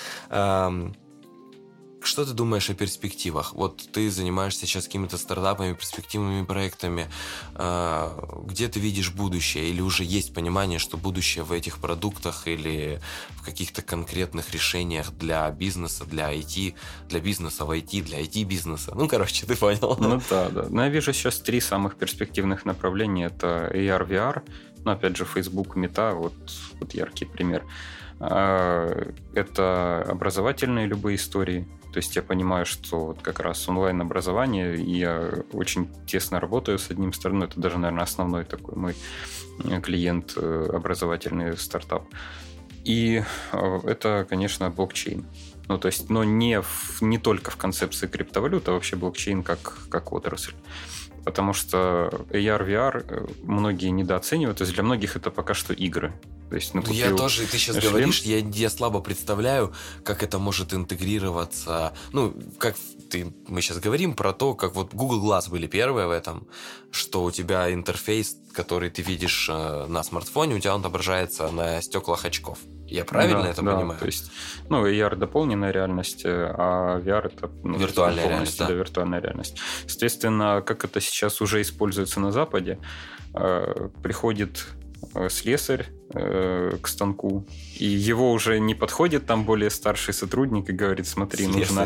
Что ты думаешь о перспективах? Вот ты занимаешься сейчас какими-то стартапами, перспективными проектами. Где ты видишь будущее? Или уже есть понимание, что будущее в этих продуктах или в каких-то конкретных решениях для бизнеса, для IT, для бизнеса в IT, для IT-бизнеса? Короче, ты понял. Да. Но я вижу сейчас 3 самых перспективных направления. Это AR, VR. Опять же, Facebook, Meta, вот яркий пример. Это образовательные любые истории. То есть я понимаю, что вот как раз онлайн-образование, и я очень тесно работаю с одним стороной, это даже, наверное, основной такой мой клиент, образовательный стартап. И это, конечно, блокчейн. Ну, то есть, но не только в концепции криптовалют, а вообще блокчейн как отрасль. Потому что AR, VR многие недооценивают. То есть для многих это пока что игры. То есть, я тоже, ты сейчас говоришь, я слабо представляю, как это может интегрироваться. Ну, мы сейчас говорим про то, как вот Google Glass были первые в этом, что у тебя интерфейс, который ты видишь на смартфоне, у тебя он отображается на стеклах очков. Я правильно это понимаю? То есть, AR дополненная реальность, а VR это виртуальная реальность. Да, виртуальная реальность. Естественно, как это сейчас уже используется на Западе, приходит слесарь к станку, и его уже не подходит там более старший сотрудник и говорит: смотри,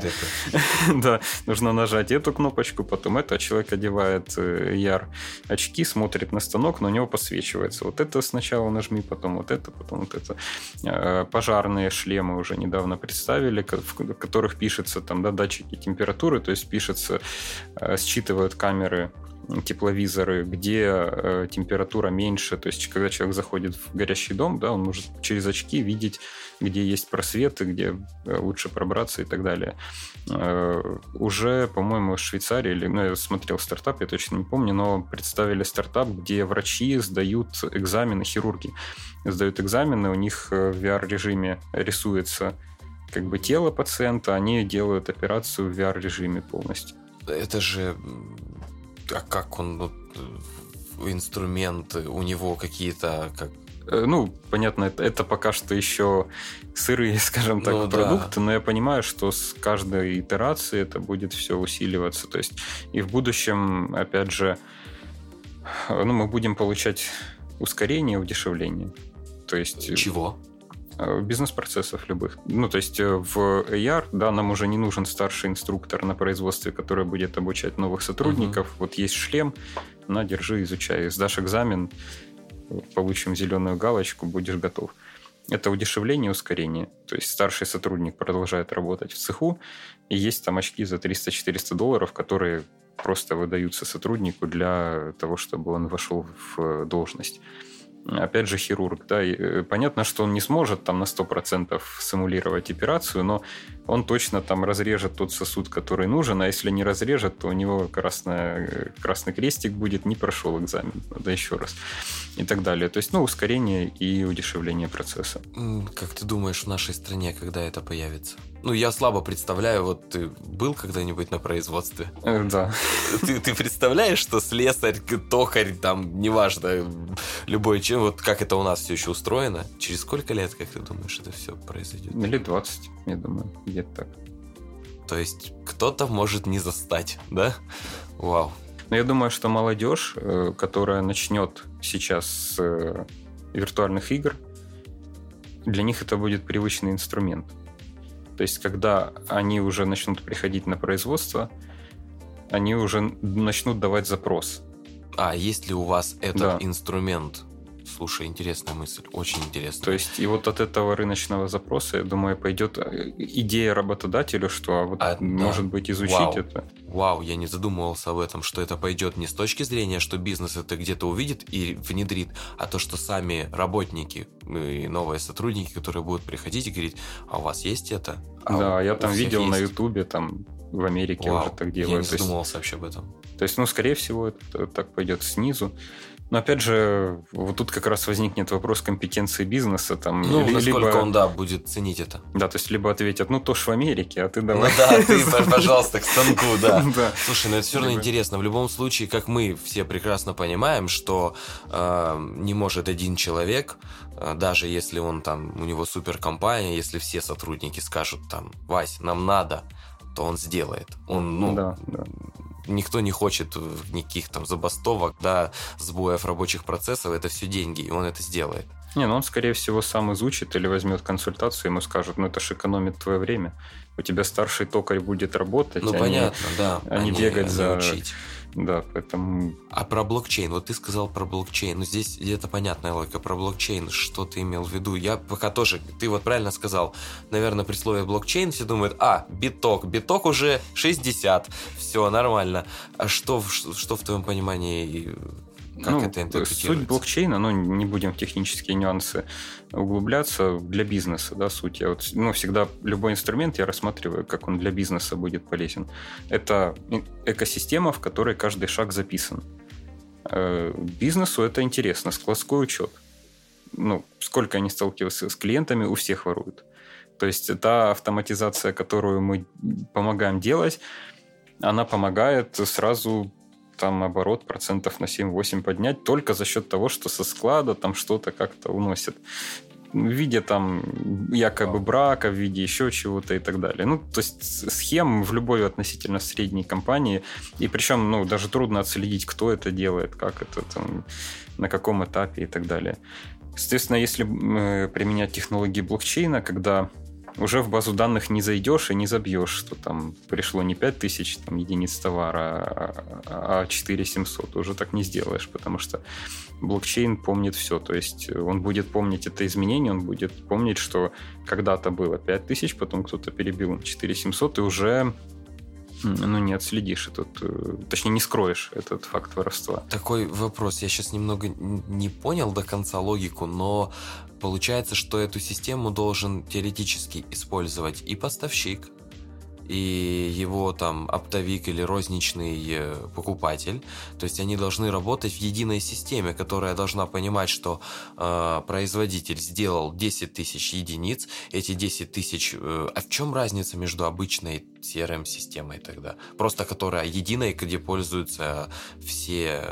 нужно нажать эту кнопочку, потом это, человек одевает AR очки, смотрит на станок, но у него подсвечивается. Вот это сначала нажми, потом вот это, потом вот это. Пожарные шлемы уже недавно представили, в которых пишется там, датчики температуры, то есть пишется, считывают камеры, тепловизоры, где температура меньше, то есть когда человек заходит в горящий дом, да, он может через очки видеть, где есть просветы, где лучше пробраться и так далее. Уже, по-моему, в Швейцарии, я смотрел стартап, я точно не помню, но представили стартап, где врачи сдают экзамены, хирурги сдают экзамены, у них в VR-режиме рисуется как бы тело пациента, они делают операцию в VR-режиме полностью. Это же... А как он, инструменты, у него какие-то... понятно, это пока что еще сырые, скажем так, продукты, но я понимаю, что с каждой итерацией это будет все усиливаться. То есть и в будущем, опять же, мы будем получать ускорение, удешевление. То есть... Чего? Бизнес-процессов любых. То есть в AR, нам уже не нужен старший инструктор на производстве, который будет обучать новых сотрудников. Вот есть шлем, держи, изучай. Сдашь экзамен, получим зеленую галочку, будешь готов. Это удешевление, ускорение. То есть старший сотрудник продолжает работать в цеху, и есть там очки за $300-400, которые просто выдаются сотруднику для того, чтобы он вошел в должность. Опять же, хирург, и понятно, что он не сможет там на 100% симулировать операцию, но он точно там разрежет тот сосуд, который нужен, а если не разрежет, то у него красный крестик будет, не прошел экзамен, надо еще раз, и так далее. То есть, ускорение и удешевление процесса. Как ты думаешь, в нашей стране когда это появится? Я слабо представляю, вот ты был когда-нибудь на производстве? Да. Ты представляешь, что слесарь, токарь, там, неважно, любой чем, вот как это у нас все еще устроено? Через сколько лет, как ты думаешь, это все произойдет? Лет 20, я думаю, где-то так. То есть кто-то может не застать, да? Вау. Но я думаю, что молодежь, которая начнет сейчас с виртуальных игр, для них это будет привычный инструмент. То есть, когда они уже начнут приходить на производство, они уже начнут давать запрос. А есть ли у вас этот инструмент? Слушай, интересная мысль, очень интересная. То есть, и вот от этого рыночного запроса, я думаю, пойдет идея работодателю, что может быть, изучить это. Вау, я не задумывался об этом, что это пойдет не с точки зрения, что бизнес это где-то увидит и внедрит, а то, что сами работники и новые сотрудники, которые будут приходить и говорить: а у вас есть это? Я там видел на Ютубе, там в Америке уже так делают. Я не задумывался вообще об этом. То есть, скорее всего, это так пойдет снизу. Но опять же, вот тут как раз возникнет вопрос компетенции бизнеса. Насколько он, будет ценить это. Да, то есть, либо ответят: то ж в Америке, а ты давай. Ты, пожалуйста, к станку, да. Слушай, это все равно интересно. В любом случае, как мы все прекрасно понимаем, что не может один человек, даже если он там, у него суперкомпания, если все сотрудники скажут там: Вась, нам надо, то он сделает. Он, никто не хочет никаких там забастовок, сбоев рабочих процессов, это все деньги, и он это сделает. Он, скорее всего, сам изучит или возьмет консультацию, ему скажут: это ж экономит твое время. У тебя старший токарь будет работать, понятно, а не бегать за Да, поэтому... А про блокчейн, вот ты сказал про блокчейн, ну здесь где-то понятная логика, про блокчейн, что ты имел в виду? Я пока тоже, ты вот правильно сказал, наверное, при слове блокчейн все думают, биток уже 60, все, нормально. А что в твоем понимании, как это интерпретируется? Суть блокчейна, не будем в технические нюансы углубляться, для бизнеса, да, суть. Я всегда любой инструмент я рассматриваю, как он для бизнеса будет полезен. Это экосистема, в которой каждый шаг записан. Бизнесу это интересно, складской учет. Сколько они сталкиваются с клиентами, у всех воруют. То есть та автоматизация, которую мы помогаем делать, она помогает сразу оборот процентов на 7-8 поднять только за счет того, что со склада там что-то как-то уносят. В виде якобы брака, в виде еще чего-то и так далее. То есть схем в любой относительно средней компании, и причем, даже трудно отследить, кто это делает, как это на каком этапе и так далее. Соответственно, если применять технологии блокчейна, когда уже в базу данных не зайдешь и не забьешь, что там пришло не 5000 единиц товара, а 4700. Уже так не сделаешь, потому что блокчейн помнит все. То есть он будет помнить это изменение, он будет помнить, что когда-то было 5000, потом кто-то перебил 4700, и уже не отследишь точнее, не скроешь этот факт воровства. Такой вопрос. Я сейчас немного не понял до конца логику, но получается, что эту систему должен теоретически использовать и поставщик, и его оптовик или розничный покупатель. То есть они должны работать в единой системе, которая должна понимать, что производитель сделал 10 тысяч единиц. Эти 10 тысяч... А в чем разница между обычной CRM-системой тогда? Просто которая единая, где пользуются все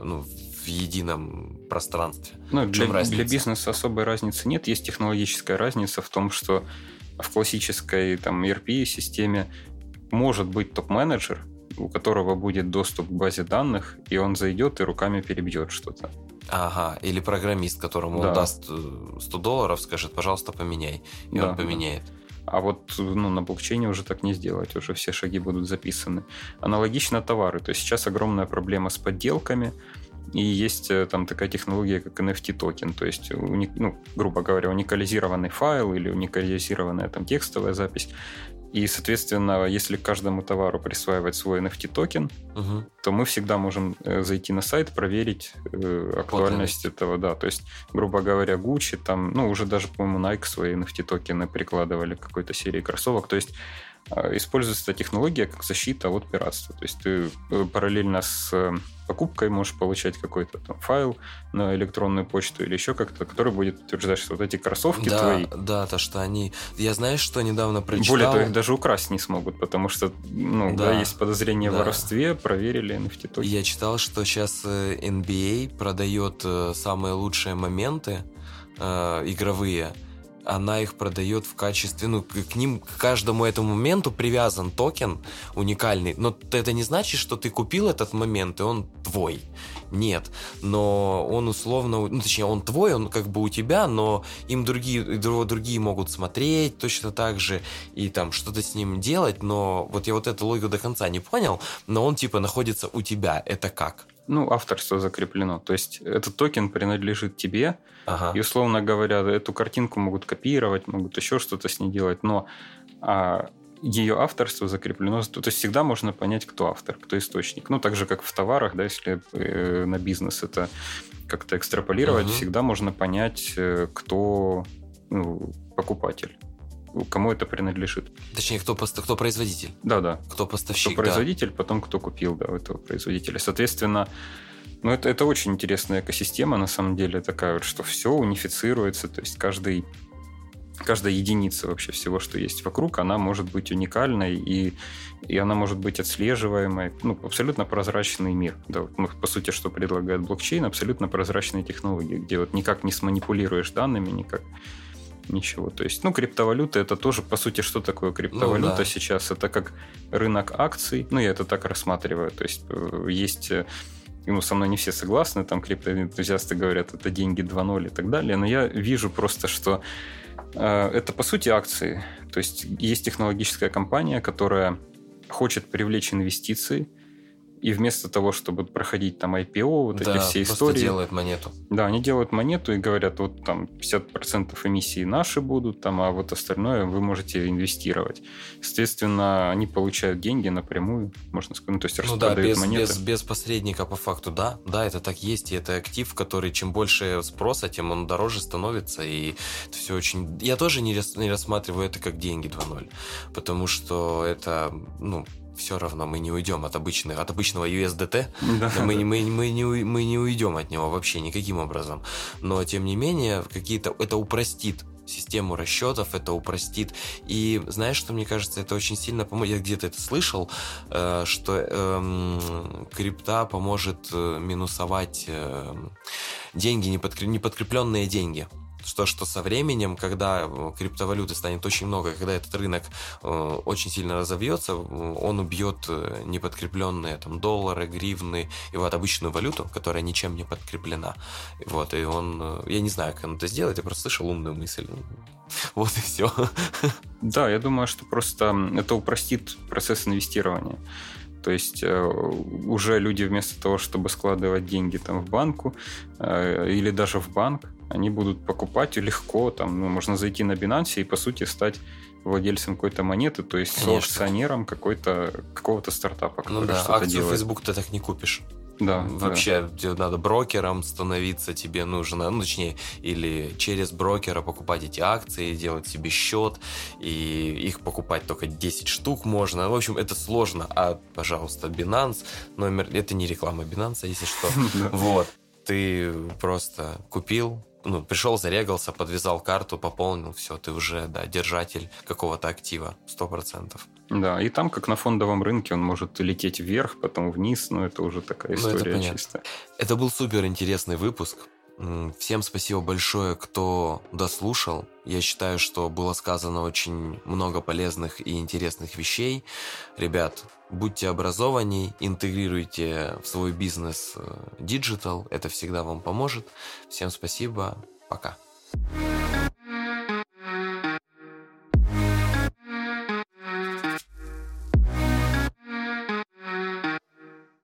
в едином пространстве. Для бизнеса особой разницы нет. Есть технологическая разница в том, что в классической ERP-системе может быть топ-менеджер, у которого будет доступ к базе данных, и он зайдет и руками перебьет что-то. Ага, или программист, которому он даст $100, скажет, пожалуйста, поменяй, и он поменяет. А на блокчейне уже так не сделать, уже все шаги будут записаны. Аналогично товары. То есть сейчас огромная проблема с подделками, и есть такая технология, как NFT-токен, то есть, грубо говоря, уникализированный файл или уникализированная текстовая запись. И, соответственно, если к каждому товару присваивать свой NFT-токен, то мы всегда можем зайти на сайт, проверить актуальность этого. Да. То есть, грубо говоря, Gucci, уже даже, по-моему, Nike свои NFT-токены прикладывали к какой-то серии кроссовок. То есть, используется эта технология как защита от пиратства. То есть ты параллельно с покупкой можешь получать какой-то файл на электронную почту или еще как-то, который будет утверждать, что вот эти кроссовки твои. Да, то, что они... Я знаешь, что недавно прочитал? Более того, их даже украсть не смогут, потому что есть подозрение в воровстве, проверили NFT-токен. Я читал, что сейчас NBA продает самые лучшие моменты игровые. Она их продает в качестве, к каждому этому моменту привязан токен уникальный, но это не значит, что ты купил этот момент, и он твой. Нет, но он условно, точнее, он твой, он у тебя, но им другие могут смотреть точно так же и что-то с ним делать, но я эту логику до конца не понял, но он находится у тебя. Это как? Авторство закреплено. То есть этот токен принадлежит тебе, и, условно говоря, эту картинку могут копировать, могут еще что-то с ней делать, но ее авторство закреплено. То есть всегда можно понять, кто автор, кто источник. Так же, как в товарах, да, если на бизнес это как-то экстраполировать, всегда можно понять, кто покупатель. Кому это принадлежит. Точнее, кто производитель. Да. Кто поставщик. Кто производитель, потом кто купил у этого производителя. Соответственно, это очень интересная экосистема, на самом деле, такая что все унифицируется, то есть каждая единица вообще всего, что есть вокруг, она может быть уникальной, и она может быть отслеживаемой. Абсолютно прозрачный мир. Да, по сути, что предлагает блокчейн, абсолютно прозрачные технологии, где никак не сманипулируешь данными, никак ничего. То есть, криптовалюта это тоже, по сути, что такое криптовалюта сейчас? Это как рынок акций. Я это так рассматриваю. То есть, есть... со мной не все согласны, криптоэнтузиасты говорят, это деньги 2.0 и так далее, но я вижу просто, что это, по сути, акции. То есть, есть технологическая компания, которая хочет привлечь инвестиции, И вместо того, чтобы проходить там IPO, вот эти все истории... делают монету. Да, они делают монету и говорят, вот там 50% эмиссии наши будут, там, а вот остальное вы можете инвестировать. Естественно, они получают деньги напрямую, можно сказать, то есть распродают монеты. Без посредника по факту, да, это так есть, и это актив, который чем больше спроса, тем он дороже становится, и это все очень... Я тоже не рассматриваю это как деньги 2.0, потому что это, все равно мы не уйдем от обычного USDT, мы не уйдем от него вообще никаким образом. Но, тем не менее, это упростит систему расчетов, это упростит. И знаешь, что мне кажется, это очень сильно поможет. Я где-то это слышал, что крипта поможет минусовать деньги, неподкрепленные деньги. Что со временем, когда криптовалюты станет очень много, когда этот рынок очень сильно разовьется, он убьет неподкрепленные там доллары, гривны и вот обычную валюту, которая ничем не подкреплена. Вот, и я не знаю, как он это сделает, я просто слышал умную мысль. Вот и все. Да, я думаю, что просто это упростит процесс инвестирования. То есть уже люди вместо того, чтобы складывать деньги там в банку или даже в банк, они будут покупать легко. Там, можно зайти на Binance и, по сути, стать владельцем какой-то монеты, то есть акционером какого-то стартапа, который что-то акцию делает. Facebook ты так не купишь. Да, вообще тебе надо брокером становиться, тебе нужно, точнее, или через брокера покупать эти акции, делать себе счет, и их покупать только 10 штук можно. В общем, это сложно. Пожалуйста, Binance, это не реклама Binance, если что. Вот. Ты просто купил, пришел, зарегался, подвязал карту, пополнил, все, ты уже, держатель какого-то актива, 100%. Да, и там, как на фондовом рынке, он может лететь вверх, потом вниз, но это уже такая история чистая. Это был супер интересный выпуск. Всем спасибо большое, кто дослушал. Я считаю, что было сказано очень много полезных и интересных вещей. Ребят, будьте образованней, интегрируйте в свой бизнес диджитал. Это всегда вам поможет. Всем спасибо. Пока.